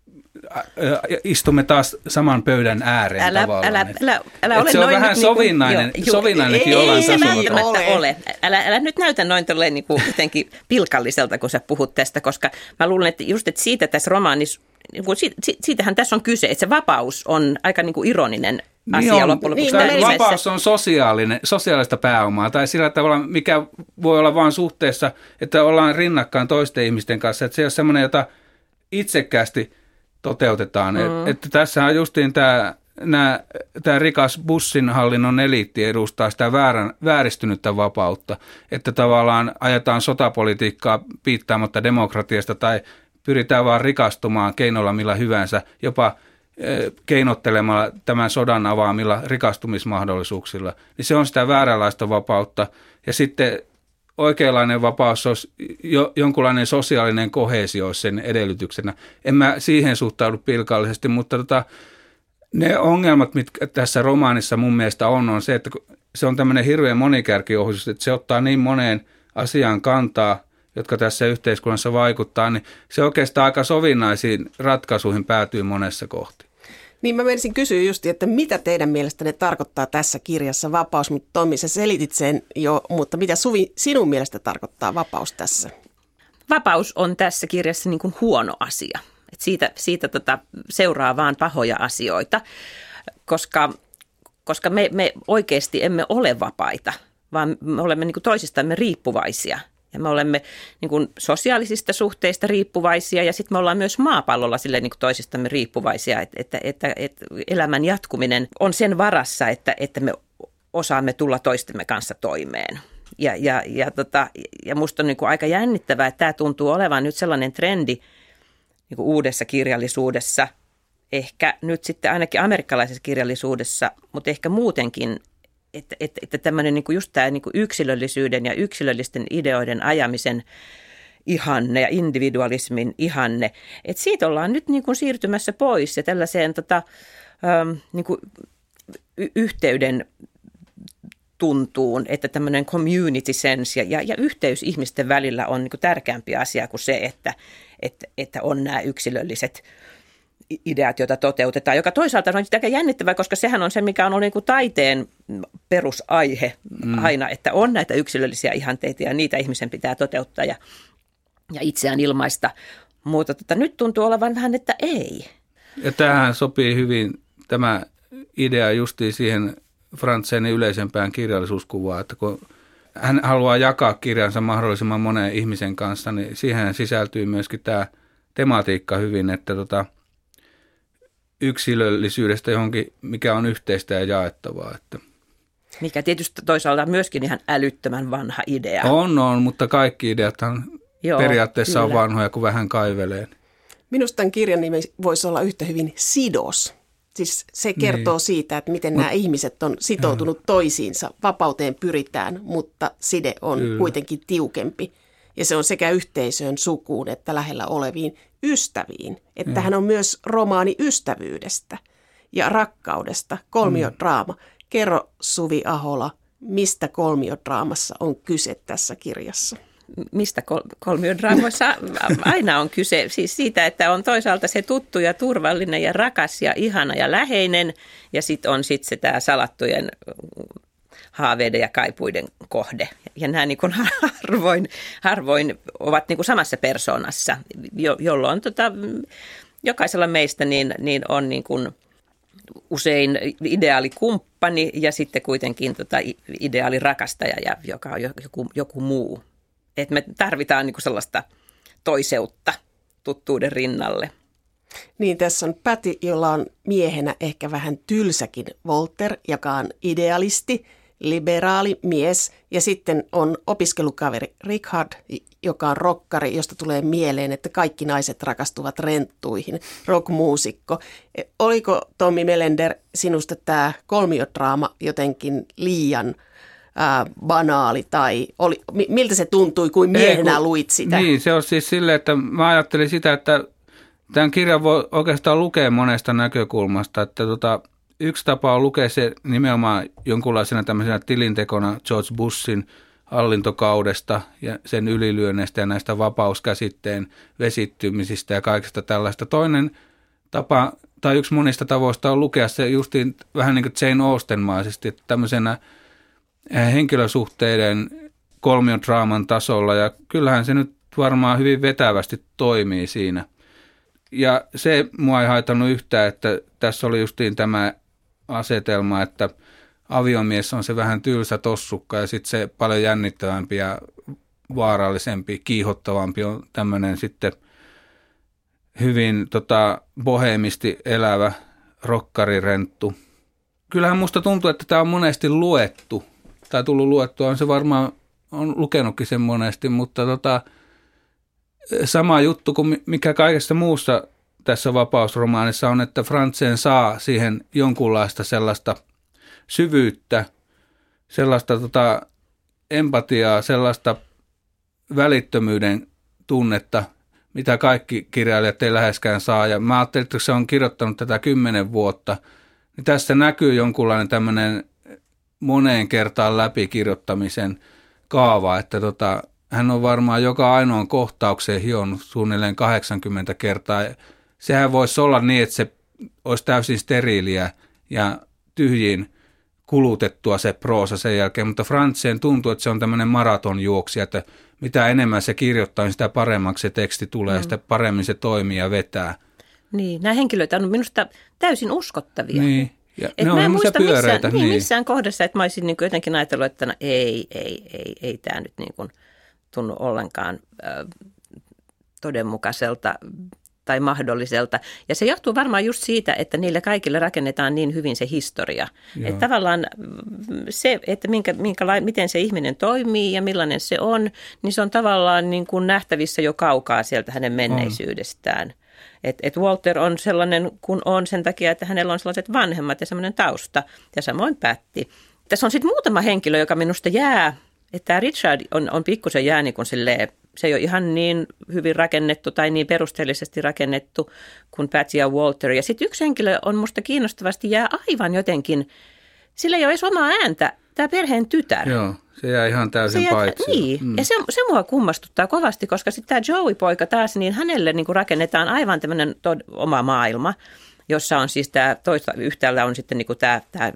Istumme taas saman pöydän ääreen älä, tavallaan. Älä, älä, älä ole se on noin vähän nyt sovinnainen, niin kuin, sovinnainenkin ei, jollain ei, tasolla. Ei se välttämättä ole. Älä, älä nyt näytä noin tolleen niin kuin jotenkin pilkalliselta, kun sä puhut tästä, koska mä luulen, että just että siitä tässä romaanissa, siitä, siitähän tässä on kyse, että se vapaus on aika niin kuin ironinen asia niin on, loppujen lopuksi. Niin, vapaus on sosiaalinen, sosiaalista pääomaa tai sillä tavalla, mikä voi olla vain suhteessa, että ollaan rinnakkain toisten ihmisten kanssa, että se ei ole semmoinen, jota itsekkäästi toteutetaan. Mm. Että tässä on justiin tämä, nämä, tämä rikas bussinhallinnon eliitti edustaa sitä väärän, vääristynyttä vapautta, että tavallaan ajetaan sotapolitiikkaa piittaamatta demokratiasta tai pyritään vaan rikastumaan keinoilla millä hyvänsä, jopa keinottelemalla tämän sodan avaamilla rikastumismahdollisuuksilla. Niin se on sitä vääränlaista vapautta. Ja sitten oikeanlainen vapaus olisi jo, jonkunlainen sosiaalinen koheesio sen edellytyksenä. En mä siihen suhtaudu pilkallisesti, mutta tota, ne ongelmat, mitkä tässä romaanissa mun mielestä on, on se, että se on tämmöinen hirveän monikärkiohjelma, että se ottaa niin moneen asiaan kantaa, jotka tässä yhteiskunnassa vaikuttaa, niin se oikeastaan aika sovinnaisiin ratkaisuihin päätyy monessa kohti. Niin mä menisin kysyä just, että mitä teidän mielestänne tarkoittaa tässä kirjassa vapaus, mutta Tommi, sä selitit sen jo, mutta mitä Suvi sinun mielestä tarkoittaa vapaus tässä? Vapaus on tässä kirjassa niin kuin huono asia. Et siitä siitä tota seuraa vaan pahoja asioita, koska, koska me, me oikeasti emme ole vapaita, vaan me olemme niin kuin toisistamme riippuvaisia. Ja me olemme niin kuin sosiaalisista suhteista riippuvaisia ja sitten me ollaan myös maapallolla sille niin kuin toisistamme riippuvaisia, että, että, että, että elämän jatkuminen on sen varassa, että, että me osaamme tulla toistemme kanssa toimeen. Ja, ja, ja, tota, ja musta on niin kuin aika jännittävää, että tämä tuntuu olevan nyt sellainen trendi niin kuin uudessa kirjallisuudessa, ehkä nyt sitten ainakin amerikkalaisessa kirjallisuudessa, mutta ehkä muutenkin, Että, että, että tämmöinen niin kuin just tämä niin kuin yksilöllisyyden ja yksilöllisten ideoiden ajamisen ihanne ja individualismin ihanne, että siitä ollaan nyt niin kuin siirtymässä pois ja tällaiseen tota, ähm, niin kuin y- yhteyden tuntuun, että tämmöinen community sense ja, ja, ja yhteys ihmisten välillä on niin kuin tärkeämpi asia kuin se, että, että, että on nämä yksilölliset ideat, joita toteutetaan, joka toisaalta on aika jännittävää, koska sehän on se, mikä on ollut niin kuin taiteen perusaihe mm. aina, että on näitä yksilöllisiä ihanteita ja niitä ihmisen pitää toteuttaa ja, ja itseään ilmaista. Mutta tota, nyt tuntuu olevan vähän, että ei. Ja tähän sopii hyvin tämä idea justiin siihen Frantzenin yleisempään kirjallisuuskuvaan, että kun hän haluaa jakaa kirjansa mahdollisimman monen ihmisen kanssa, niin siihen sisältyy myöskin tämä tematiikka hyvin, että tota, yksilöllisyydestä johonkin, mikä on yhteistä ja jaettavaa. Että. Mikä tietysti toisaalta myöskin ihan älyttömän vanha idea. On, on, mutta kaikki ideathan Joo, periaatteessa kyllä. on vanhoja, kun vähän kaivelee. Minusta tämän kirjan nimi voisi olla yhtä hyvin Sidos. Siis se kertoo niin. siitä, että miten Mut, nämä ihmiset on sitoutunut joo. toisiinsa. Vapauteen pyritään, mutta side on kyllä. kuitenkin tiukempi. Ja se on sekä yhteisöön, sukuun että lähellä oleviin ystäviin. Että joo. hän on myös romaani ystävyydestä ja rakkaudesta, kolmiodraama. Mm. Kerro, Suvi Ahola, mistä kolmiodraamassa on kyse tässä kirjassa? Mistä kol- kolmiodraamoissa aina on kyse? Siis siitä, että on toisaalta se tuttu ja turvallinen ja rakas ja ihana ja läheinen. Ja sitten on sitten se tämä salattujen haaveiden ja kaipuiden kohde. Ja nämä niin kuin harvoin, harvoin ovat niin kuin samassa persoonassa, jo- jolloin tota, jokaisella meistä niin, niin on niin kuin usein ideaalikumppani ja sitten kuitenkin tota ideaalirakastaja, ja joka on joku, joku muu. Et me tarvitaan niinku sellaista toiseutta tuttuuden rinnalle. Niin, tässä on Patty, jolla on miehenä ehkä vähän tylsäkin Walter, joka on idealisti, liberaali mies. Ja sitten on opiskelukaveri Richard, joka on rokkari, josta tulee mieleen, että kaikki naiset rakastuvat renttuihin, rockmuusikko. Oliko, Tommi Melender, sinusta tämä kolmiodraama jotenkin liian ää, banaali, tai oli, miltä se tuntui, kuin miehenä Ei, kun, luit sitä? Niin, se on siis silleen, että mä ajattelin sitä, että tämän kirjan voi oikeastaan lukea monesta näkökulmasta, että tota, yksi tapa on lukea se nimenomaan jonkunlaisena tämmöisenä tilintekona George Bushin hallintokaudesta ja sen ylilyönneistä ja näistä vapauskäsitteen vesittymisistä ja kaikesta tällaista. Toinen tapa tai yksi monista tavoista on lukea se justiin vähän niin kuin Jane Austen-maisesti, että tämmöisenä henkilösuhteiden kolmiodraaman tasolla, ja kyllähän se nyt varmaan hyvin vetävästi toimii siinä. Ja se mua ei haitannut yhtään, että tässä oli justiin tämä asetelma, että aviomies on se vähän tylsä tossukka ja sitten se paljon jännittävämpi ja vaarallisempi, kiihottavampi on tämmöinen sitten hyvin tota, boheemisti elävä rokkarirenttu. Kyllähän musta tuntuu, että tämä on monesti luettu tai tullut luettua, on se varmaan, on lukenutkin sen monesti, mutta tota, sama juttu kuin mikä kaikessa muussa tässä vapausromaanissa on, että Franzen saa siihen jonkunlaista sellaista syvyyttä, sellaista tota, empatiaa, sellaista välittömyyden tunnetta, mitä kaikki kirjailijat ei läheskään saa. Ja mä ajattelin, että se on kirjoittanut tätä kymmenen vuotta, niin tässä näkyy jonkunlainen tämmöinen moneen kertaan läpikirjoittamisen kaava, että tota, hän on varmaan joka ainoan kohtaukseen hionnut suunnilleen kahdeksankymmentä kertaa. Sehän voisi olla niin, että se olisi täysin steriiliä ja tyhjiin kulutettua se proosa sen jälkeen, mutta Franzen tuntuu, että se on tämmöinen maratonjuoksija, että mitä enemmän se kirjoittaa, niin sitä paremmaksi se teksti tulee, mm. sitä paremmin se toimii ja vetää. Niin, nämä henkilöt on minusta täysin uskottavia. Niin, ja ne on muista pyöreitä. Missään, niin, niin. missään kohdassa, että mä olisin niin kuin jotenkin ajatellut, että no, ei, ei, ei, ei tämä nyt niin kuin tunnu ollenkaan äh, todenmukaiselta tai mahdolliselta. Ja se johtuu varmaan just siitä, että niille kaikille rakennetaan niin hyvin se historia. Joo. Että tavallaan se, että minkä, minkälain, miten se ihminen toimii ja millainen se on, niin se on tavallaan niin kuin nähtävissä jo kaukaa sieltä hänen menneisyydestään. Että et Walter on sellainen kuin on sen takia, että hänellä on sellaiset vanhemmat ja sellainen tausta. Ja samoin Patty. Tässä on sitten muutama henkilö, joka minusta jää, että tämä Richard on, on pikkusen jää niin kuin silleen, se ei ole ihan niin hyvin rakennettu tai niin perusteellisesti rakennettu kuin Patty ja Walter. Ja sitten yksi henkilö on musta kiinnostavasti jää aivan jotenkin, sillä ei ole edes omaa ääntä, tämä perheen tytär. Joo, se jää ihan täysin jää, paitsi. Niin, mm. ja se, se mua kummastuttaa kovasti, koska sitten tämä Joey-poika taas, niin hänelle niin kuin rakennetaan aivan tämmöinen tod- oma maailma, jossa on siis tämä, toista yhtäällä on sitten niin kuin tämä, tämä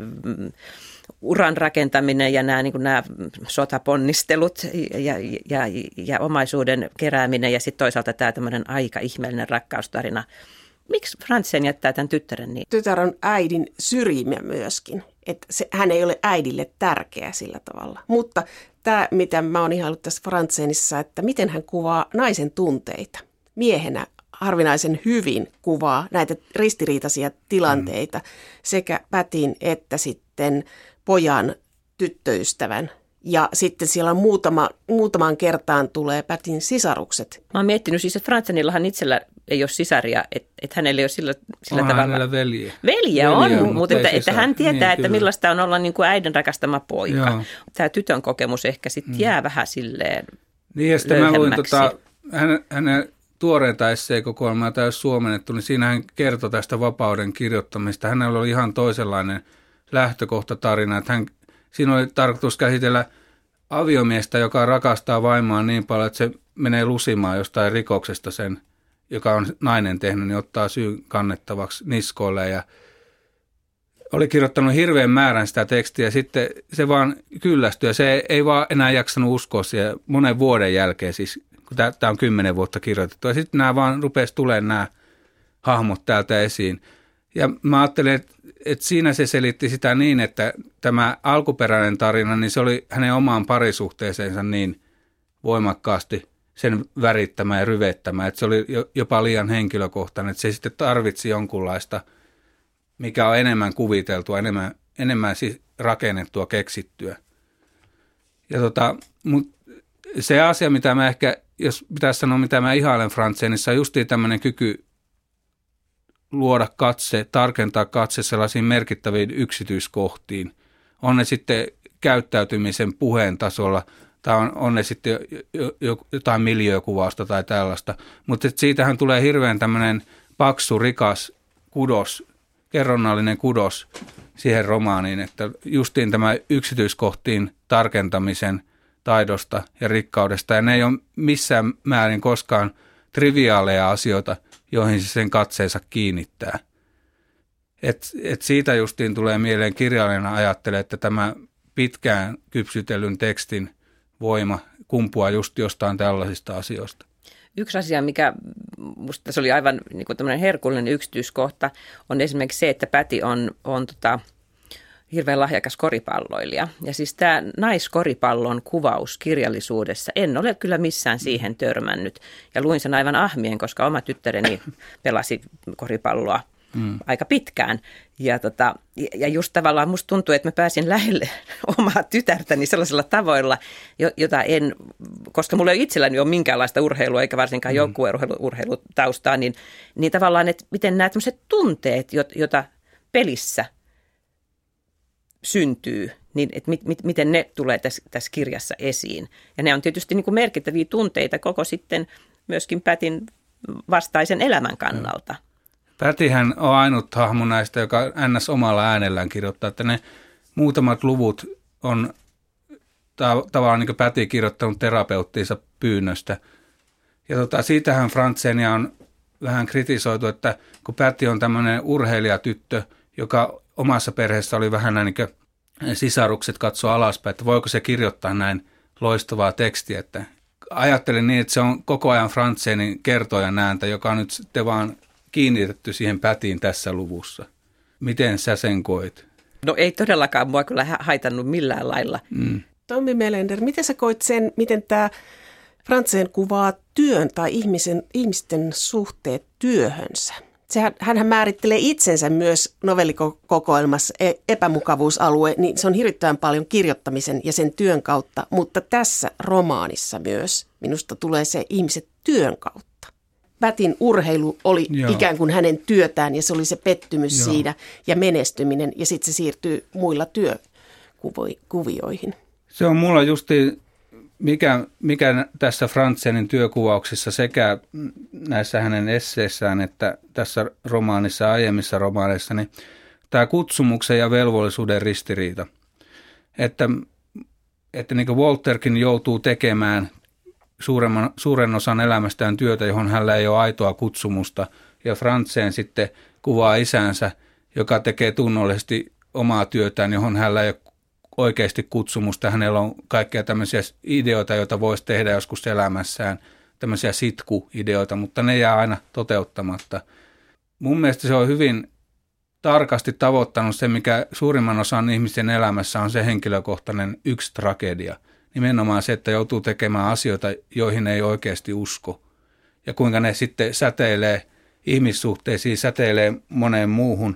uran rakentaminen ja nämä, niin kuin nämä sotaponnistelut ja, ja, ja omaisuuden kerääminen ja sitten toisaalta tämä tämmöinen aika ihmeellinen rakkaustarina. Miksi Franzen jättää tämän tyttären niin? Tytär on äidin syrjimä myöskin, että se, hän ei ole äidille tärkeä sillä tavalla. Mutta tämä, mitä mä oon ihaillut tässä Franzenissa, että miten hän kuvaa naisen tunteita. Miehenä harvinaisen hyvin kuvaa näitä ristiriitaisia tilanteita mm. sekä Pattyn että sitten pojan tyttöystävän. Ja sitten siellä on muutama, muutamaan kertaan tulee Pätin sisarukset. Mä oon miettinyt siis, että Franzenillahan itsellä ei ole sisaria, että, että hänellä ei ole sillä, sillä on tavalla. hänellä veljiä. Veljiä on, Veljiä, mutta, mutta että, että hän tietää, niin, että kyllä. millaista on olla niin kuin äidin rakastama poika. Joo. Tämä tytön kokemus ehkä sitten mm. jää vähän silleen niin, ja sitten mä luin löyhemmäksi. tota, hänen, hänen tuoreinta esseekokoelmaa, jota olisi suomennettu, niin siinä hän kertoi tästä vapauden kirjoittamista. Hänellä oli ihan toisenlainen lähtökohtatarina, että hän, siinä oli tarkoitus käsitellä aviomiestä, joka rakastaa vaimoaan niin paljon, että se menee lusimaan jostain rikoksesta sen, joka on nainen tehnyt, niin ottaa syyn kannettavaksi niskoille. Ja oli kirjoittanut hirveän määrän sitä tekstiä ja sitten se vaan kyllästyi ja se ei vaan enää jaksanut uskoa siihen monen vuoden jälkeen, siis kun tämä on kymmenen vuotta kirjoitettu. Ja sitten nämä vaan rupesi tulemaan nämä hahmot täältä esiin. Ja mä ajattelin, että, että siinä se selitti sitä niin, että tämä alkuperäinen tarina, niin se oli hänen omaan parisuhteeseensa niin voimakkaasti sen värittämä ja ryvettämä, että se oli jopa liian henkilökohtainen, että se sitten tarvitsi jonkunlaista, mikä on enemmän kuviteltua, enemmän, enemmän siis rakennettua, keksittyä. Ja tota, mut se asia, mitä mä ehkä, jos pitäisi sanoa, mitä mä ihailen Franzenissa, on justiin tämmöinen kyky luoda katse, tarkentaa katse sellaisiin merkittäviin yksityiskohtiin. On ne sitten käyttäytymisen puheen tasolla, tai on, on ne sitten jotain miljöökuvausta tai tällaista. Mutta siitähän tulee hirveän tämmöinen paksu, rikas kudos, kerronnallinen kudos siihen romaaniin, että justiin tämä yksityiskohtiin tarkentamisen taidosta ja rikkaudesta, ja ne ei ole missään määrin koskaan triviaaleja asioita, joihin se sen katseensa kiinnittää. Et, et siitä justiin tulee mieleen kirjailijana ajattele, että tämä pitkään kypsytellyn tekstin voima kumpuaa just jostain tällaisista asioista. Yksi asia, mikä musta se oli aivan niin kuin tämmöinen herkullinen yksityiskohta, on esimerkiksi se, että Päti on, on tota, hirveän lahjakas koripalloilija. Ja siis tämä naiskoripallon kuvaus kirjallisuudessa, en ole kyllä missään siihen törmännyt. Ja luin sen aivan ahmien, koska oma tyttäreni pelasi koripalloa mm. aika pitkään. Ja, tota, ja just tavallaan musta tuntuu, että mä pääsin lähelle omaa tytärtäni sellaisilla tavoilla, jota en, koska mulla ei itselläni ole minkäänlaista urheilua, eikä varsinkaan mm. joukkueurheilutaustaa, niin, niin tavallaan, että miten nämä tämmöiset tunteet, joita pelissä syntyy, niin että mit, mit, miten ne tulee tässä, tässä kirjassa esiin. Ja ne on tietysti niin kuin merkittäviä tunteita koko sitten myöskin Pätin vastaisen elämän kannalta. Pätihän on ainut hahmo näistä, joka ns. Omalla äänellään kirjoittaa, että ne muutamat luvut on ta- tavallaan niin kuin Päti kirjoittanut terapeuttiinsa pyynnöstä. Ja tota, siitähän Franzenia on vähän kritisoitu, että kun Päti on tämmöinen urheilijatyttö, joka omassa perheessä oli vähän näin niin kuin sisarukset katsoo alaspäin, että voiko se kirjoittaa näin loistavaa tekstiä, että ajattelin niin, että se on koko ajan Franzenin kertojan ääntä, joka on nyt sitten vaan kiinnitetty siihen Pätiin tässä luvussa. Miten sä sen koit? No ei todellakaan mua kyllä haitannut millään lailla. Mm. Tommi Melender, miten sä koit sen, miten tämä Franzen kuvaa työn tai ihmisen, ihmisten suhteet työhönsä? Sehän, hänhän määrittelee itsensä myös novellikokoelmassa epämukavuusalue, niin se on hirvittävän paljon kirjoittamisen ja sen työn kautta, mutta tässä romaanissa myös minusta tulee se ihmiset työn kautta. Pätin urheilu oli Joo. ikään kuin hänen työtään ja se oli se pettymys Joo. siinä ja menestyminen ja sitten se siirtyy muilla työkuvioihin. Se on mulla justi, mikä, mikä tässä Franzenin työkuvauksissa sekä näissä hänen esseissään että tässä romaanissa ja aiemmissa romaaneissa, niin tämä kutsumuksen ja velvollisuuden ristiriita. Että, että niin kuin Walterkin joutuu tekemään Suuremman, suuren osan elämästään työtä, johon hänellä ei ole aitoa kutsumusta. Ja Franzen sitten kuvaa isänsä, joka tekee tunnollisesti omaa työtään, johon hänellä ei ole oikeasti kutsumusta. Hänellä on kaikkia tämmöisiä ideoita, joita voisi tehdä joskus elämässään, tämmöisiä sitku-ideoita, mutta ne jää aina toteuttamatta. Mun mielestä se on hyvin tarkasti tavoittanut se, mikä suurimman osan ihmisten elämässä on se henkilökohtainen yksi tragedia. Nimenomaan se, että joutuu tekemään asioita, joihin ei oikeasti usko. Ja kuinka ne sitten säteilee ihmissuhteisiin, säteilee moneen muuhun.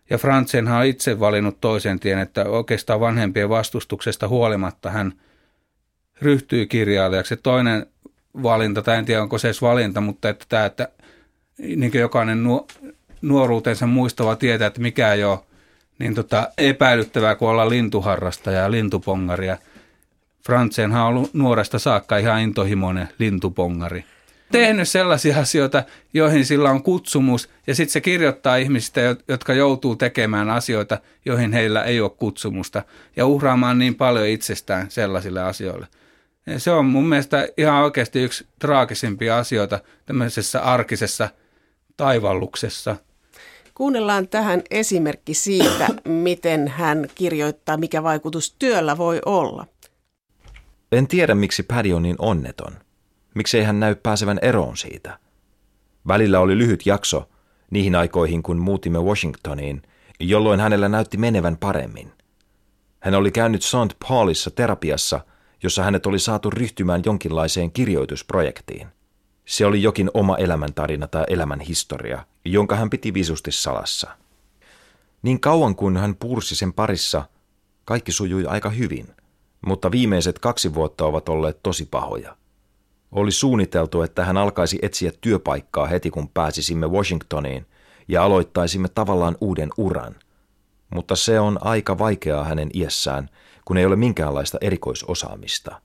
Ja Franzenhan on itse valinnut toisen tien, että oikeastaan vanhempien vastustuksesta huolimatta hän ryhtyy kirjailijaksi. Toinen valinta, tai en tiedä onko se edes valinta, mutta että tämä, että niin kuin jokainen nuoruutensa muistava tietää, että mikä ei ole niin tota, epäilyttävää kuin olla lintuharrastaja ja lintupongaria. Franzenhan on ollut nuoresta saakka ihan intohimoinen lintupongari. Tehnyt sellaisia asioita, joihin sillä on kutsumus, ja sitten se kirjoittaa ihmisistä, jotka joutuu tekemään asioita, joihin heillä ei ole kutsumusta, ja uhraamaan niin paljon itsestään sellaisille asioille. Ja se on mun mielestä ihan oikeasti yksi traagisimpia asioita tämmöisessä arkisessa taivalluksessa. Kuunnellaan tähän esimerkki siitä, miten hän kirjoittaa, mikä vaikutus työllä voi olla. En tiedä, miksi Paddy on niin onneton. Miksei hän näy pääsevän eroon siitä? Välillä oli lyhyt jakso niihin aikoihin, kun muutimme Washingtoniin, jolloin hänellä näytti menevän paremmin. Hän oli käynyt Saint Paulissa terapiassa, jossa hänet oli saatu ryhtymään jonkinlaiseen kirjoitusprojektiin. Se oli jokin oma elämäntarina tai elämän historia, jonka hän piti visusti salassa. Niin kauan kuin hän puursi sen parissa, kaikki sujui aika hyvin, mutta viimeiset kaksi vuotta ovat olleet tosi pahoja. Oli suunniteltu, että hän alkaisi etsiä työpaikkaa heti kun pääsisimme Washingtoniin ja aloittaisimme tavallaan uuden uran. Mutta se on aika vaikeaa hänen iässään, kun ei ole minkäänlaista erikoisosaamista.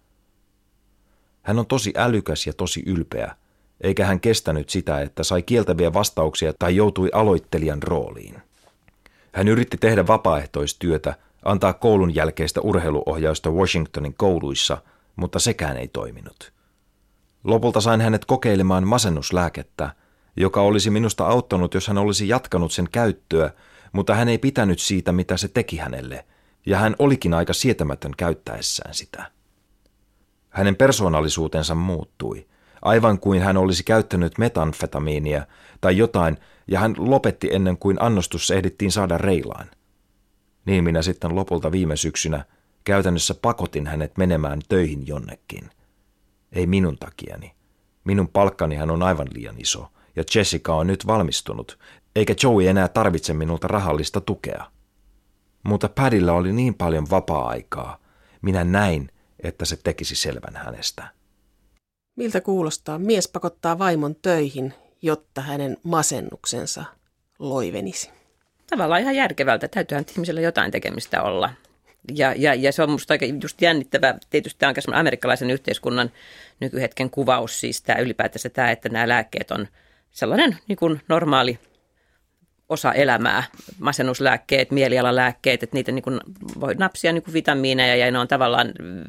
Hän on tosi älykäs ja tosi ylpeä, eikä hän kestänyt sitä, että sai kieltäviä vastauksia tai joutui aloittelijan rooliin. Hän yritti tehdä vapaaehtoistyötä, antaa koulun jälkeistä urheiluohjausta Washingtonin kouluissa, mutta sekään ei toiminut. Lopulta sain hänet kokeilemaan masennuslääkettä, joka olisi minusta auttanut, jos hän olisi jatkanut sen käyttöä, mutta hän ei pitänyt siitä, mitä se teki hänelle, ja hän olikin aika sietämätön käyttäessään sitä. Hänen persoonallisuutensa muuttui, aivan kuin hän olisi käyttänyt metanfetamiinia tai jotain, ja hän lopetti ennen kuin annostus ehdittiin saada reilaan. Niin minä sitten lopulta viime syksynä käytännössä pakotin hänet menemään töihin jonnekin. Ei minun takiani. Minun palkkanihan on aivan liian iso, ja Jessica on nyt valmistunut, eikä Joey enää tarvitse minulta rahallista tukea. Mutta Paddyllä oli niin paljon vapaa-aikaa. Minä näin, että se tekisi selvän hänestä. Miltä kuulostaa? Mies pakottaa vaimon töihin, jotta hänen masennuksensa loivenisi. Tavallaan ihan järkevältä. Täytyyhän ihmisellä jotain tekemistä olla. Ja, ja, ja se on minusta aika just jännittävä. Tietysti tämä on amerikkalaisen yhteiskunnan nykyhetken kuvaus. Siis tämä ylipäätänsä tämä, että nämä lääkkeet on sellainen niin kuin normaali osa elämää. Masennuslääkkeet, mielialalääkkeet, että niitä niin kuin voi napsia niin kuin vitamiineja ja ne on tavallaan,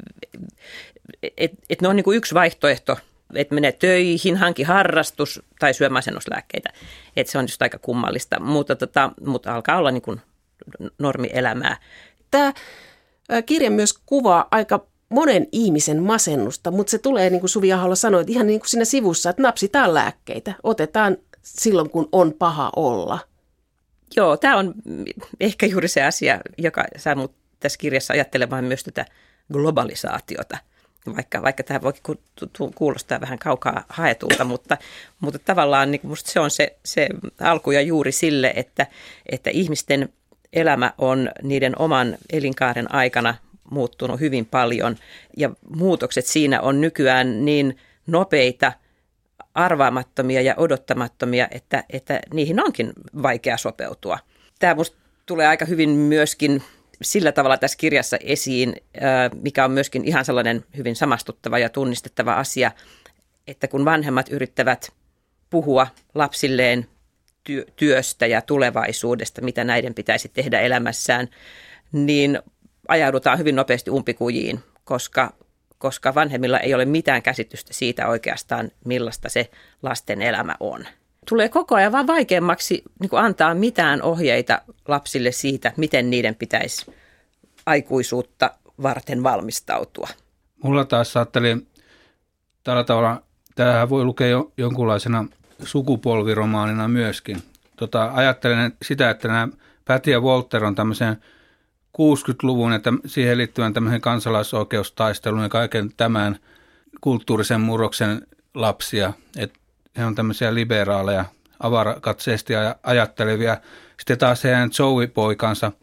että et ne on niin kuin yksi vaihtoehto, että menee töihin, hanki harrastus tai syö masennusλääkkeitä. Että se on just aika kummallista, mutta, tota, mutta alkaa olla niin kuin normielämää. Tämä kirja myös kuvaa aika monen ihmisen masennusta, mutta se tulee, niin kuin Suvi Ahola sanoi, ihan niin kuin siinä sivussa, että napsitaan lääkkeitä, otetaan silloin, kun on paha olla. Joo, tämä on ehkä juuri se asia, joka saa minut tässä kirjassa ajattelemaan myös tätä globalisaatiota, vaikka, vaikka tämä voi kuulostaa vähän kaukaa haetulta, mutta, mutta tavallaan niin musta se on se, se alku ja juuri sille, että, että ihmisten elämä on niiden oman elinkaaren aikana muuttunut hyvin paljon ja muutokset siinä on nykyään niin nopeita, arvaamattomia ja odottamattomia, että, että niihin onkin vaikea sopeutua. Tämä musta tulee aika hyvin myöskin sillä tavalla tässä kirjassa esiin, mikä on myöskin ihan sellainen hyvin samastuttava ja tunnistettava asia, että kun vanhemmat yrittävät puhua lapsilleen työstä ja tulevaisuudesta, mitä näiden pitäisi tehdä elämässään, niin ajaudutaan hyvin nopeasti umpikujiin, koska, koska vanhemmilla ei ole mitään käsitystä siitä oikeastaan, millaista se lasten elämä on. Tulee koko ajan vaan vaikeammaksi niin kuin antaa mitään ohjeita lapsille siitä, miten niiden pitäisi aikuisuutta varten valmistautua. Mulla taas ajattelin tällä tavalla, tämähän voi lukea jo, jonkunlaisena sukupolviromaanina myöskin. Tota, ajattelen sitä, että nämä Patty ja Walter on tämmöisen kuusikymmentäluvun ja täm, siihen liittyvän tämmöisen kansalaisoikeustaistelun ja kaiken tämän kulttuurisen murroksen lapsia. Että he on tämmöisiä liberaaleja avarakatseesti ajattelevia. Sitten taas heidän Joey-poikansa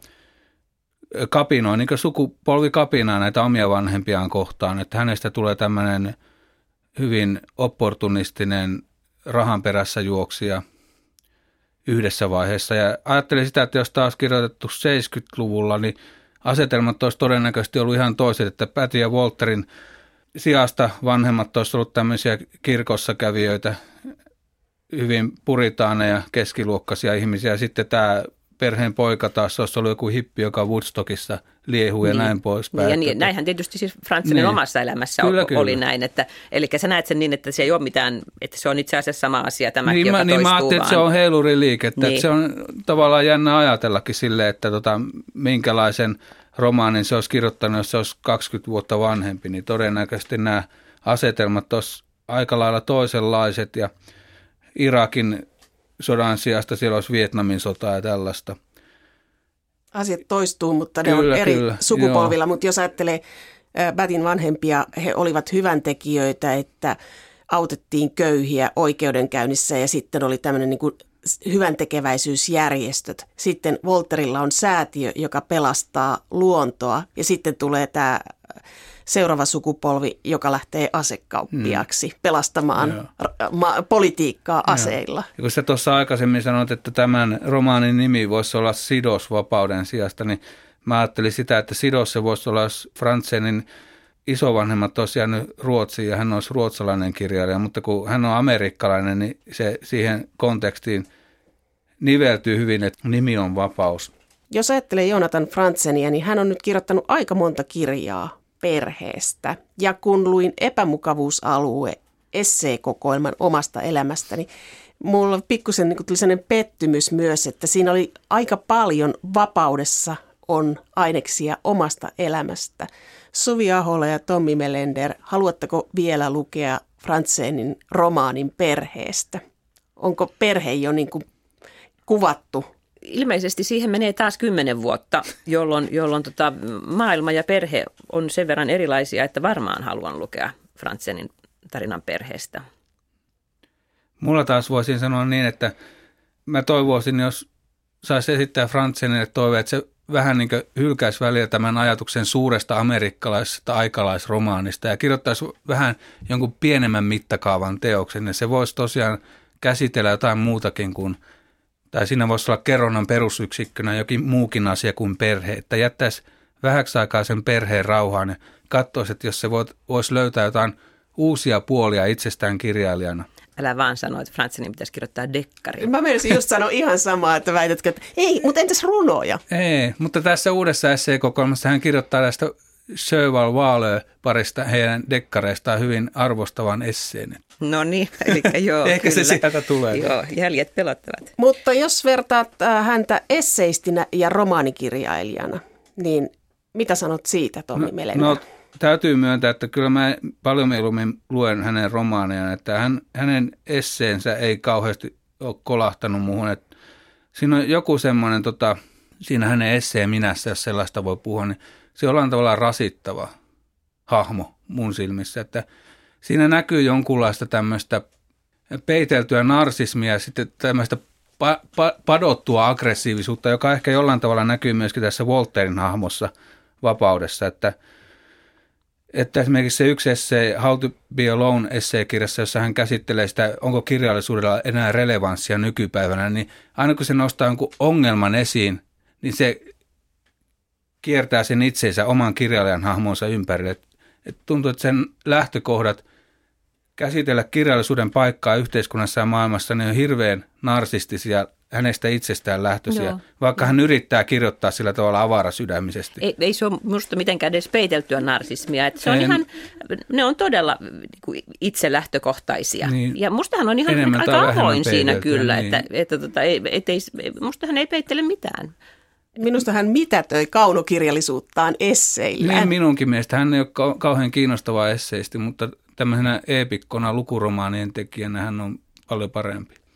kapinoi, niin kuin sukupolvikapinaa näitä omia vanhempiaan kohtaan, että hänestä tulee tämmöinen hyvin opportunistinen rahan perässä juoksija yhdessä vaiheessa. Ja ajattelin sitä, että jos taas kirjoitettu seitsemänkymmentäluvulla, niin asetelmat olisi todennäköisesti ollut ihan toiset, että Patty ja Walterin sijasta vanhemmat olisi ollut tämmöisiä kirkossa kävijöitä, hyvin puritaaneja, keskiluokkaisia ihmisiä. Sitten tämä perheen poika taas olisi ollut joku hippi, joka Woodstockissa liehuu ja niin, näin poispäin. Niin, ja niin, näinhän tietysti siis Franzenin niin. omassa elämässä kyllä, oli kyllä. näin. Että, eli sä näet sen niin, että se ei ole mitään, että se on itse asiassa sama asia tämäkin, niin, joka mä, toistuu niin mä ajattelin, vaan. Että se on heiluriliikettä. Niin. Että se on tavallaan jännä ajatellakin silleen, että tota, minkälaisen romaanin se olisi kirjoittanut, jos se olisi kaksikymmentä vuotta vanhempi. Niin todennäköisesti nämä asetelmat olisi aika lailla toisenlaiset ja Irakin sodan sijasta siellä olisi Vietnamin sota ja tällaista. Asiat toistuu, mutta ne kyllä, on eri kyllä, sukupolvilla. joo. Mutta jos ajattelee Batin vanhempia, he olivat hyväntekijöitä, että autettiin köyhiä oikeudenkäynnissä ja sitten oli tämmöinen niin kuin hyväntekeväisyysjärjestöt. Sitten Walterilla on säätiö, joka pelastaa luontoa ja sitten tulee tämä seuraava sukupolvi, joka lähtee asekauppiaksi hmm. pelastamaan ma- politiikkaa aseilla. Ja kun sä tuossa aikaisemmin sanoit, että tämän romaanin nimi voisi olla Sidos vapauden sijasta, niin mä ajattelin sitä, että Sidos se voisi olla, jos Frantzenin isovanhemmat olisi jäänyt Ruotsiin ja hän olisi ruotsalainen kirjailija, mutta kun hän on amerikkalainen, niin se siihen kontekstiin niveltyy hyvin, että nimi on vapaus. Jos ajattelee Jonathan Franzenia, niin hän on nyt kirjoittanut aika monta kirjaa perheestä. Ja kun luin Epämukavuusalue esseekokoelman omasta elämästäni, mulla pikkusen niin tuli sellainen pettymys myös, että siinä oli aika paljon vapaudessa on aineksia omasta elämästä. Suvi Ahola ja Tommi Melender, haluatteko vielä lukea Frantzenin romaanin perheestä? Onko perhe jo niin kuin kuvattu? Ilmeisesti siihen menee taas kymmenen vuotta, jolloin, jolloin tota, maailma ja perhe on sen verran erilaisia, että varmaan haluan lukea Frantzenin tarinan perheestä. Mulla taas voisin sanoa niin, että mä toivoisin, jos saisi esittää Frantzenille toive, että se vähän niin kuin hylkäisi välillä tämän ajatuksen suuresta amerikkalaisesta aikalaisromaanista ja kirjoittaisi vähän jonkun pienemmän mittakaavan teoksen. Ja se voisi tosiaan käsitellä jotain muutakin kuin, tai siinä voisi olla kerronnan perusyksikkönä jokin muukin asia kuin perhe, että jättäisi vähäksi aikaa sen perheen rauhaan ja katsoisi, että jos se voisi löytää jotain uusia puolia itsestään kirjailijana. Älä vaan sano, että Frantzenin pitäisi kirjoittaa dekkari. Mä menisin just sanoa ihan samaa, että väitätkö, että ei, mutta entäs runoja? Ei, mutta tässä uudessa esseekokoelmassa hän kirjoittaa tästä Cheval Valeux parista heidän dekkareistaan hyvin arvostavan esseen. No niin, eli joo. Ehkä kyllä. se sieltä tulee. Joo, jäljet pelottavat. Mutta jos vertaat häntä esseistinä ja romaanikirjailijana, niin mitä sanot siitä, Tommi no, Melender? No, täytyy myöntää, että kyllä mä paljon mieluummin luen hänen romaaniaan, että hän, hänen esseensä ei kauheasti ole kolahtanut muuhun. Että siinä on joku semmoinen, tota, siinä hänen esseen minässä, jos sellaista voi puhua, niin se on tavallaan rasittava hahmo mun silmissä, että siinä näkyy jonkunlaista tämmöistä peiteltyä narsismia ja sitten tämmöistä pa- pa- padottua aggressiivisuutta, joka ehkä jollain tavalla näkyy myöskin tässä Walterin hahmossa vapaudessa, että Että esimerkiksi se yksi essee, How to be alone -esseekirjassa, jossa hän käsittelee sitä, onko kirjallisuudella enää relevanssia nykypäivänä, niin aina kun se nostaa jonkun ongelman esiin, niin se kiertää sen itseensä oman kirjailijan hahmonsa ympärille. Et tuntuu, että sen lähtökohdat käsitellä kirjallisuuden paikkaa yhteiskunnassa ja maailmassa, ne on hirveän narsistisia, hänestä itsestään lähtöisiä, Joo. vaikka hän yrittää kirjoittaa sillä tavalla avarasydämisesti. Ei, ei se ole minusta mitenkään edes peiteltyä narsismia. Että se on ihan, ne on todella niin itselähtökohtaisia. Niin, ja mustahan on ihan aika avoin siinä kyllä, niin. että, että tota, ei, et ei, mustahan ei peittele mitään. Minusta hän mitätöi kaunokirjallisuuttaan esseillä. Niin minunkin mielestä. Hän ei ole kauhean kiinnostava esseisti, mutta tämmöisenä eepikkona lukuromaanien tekijänä hän on paljon parempi.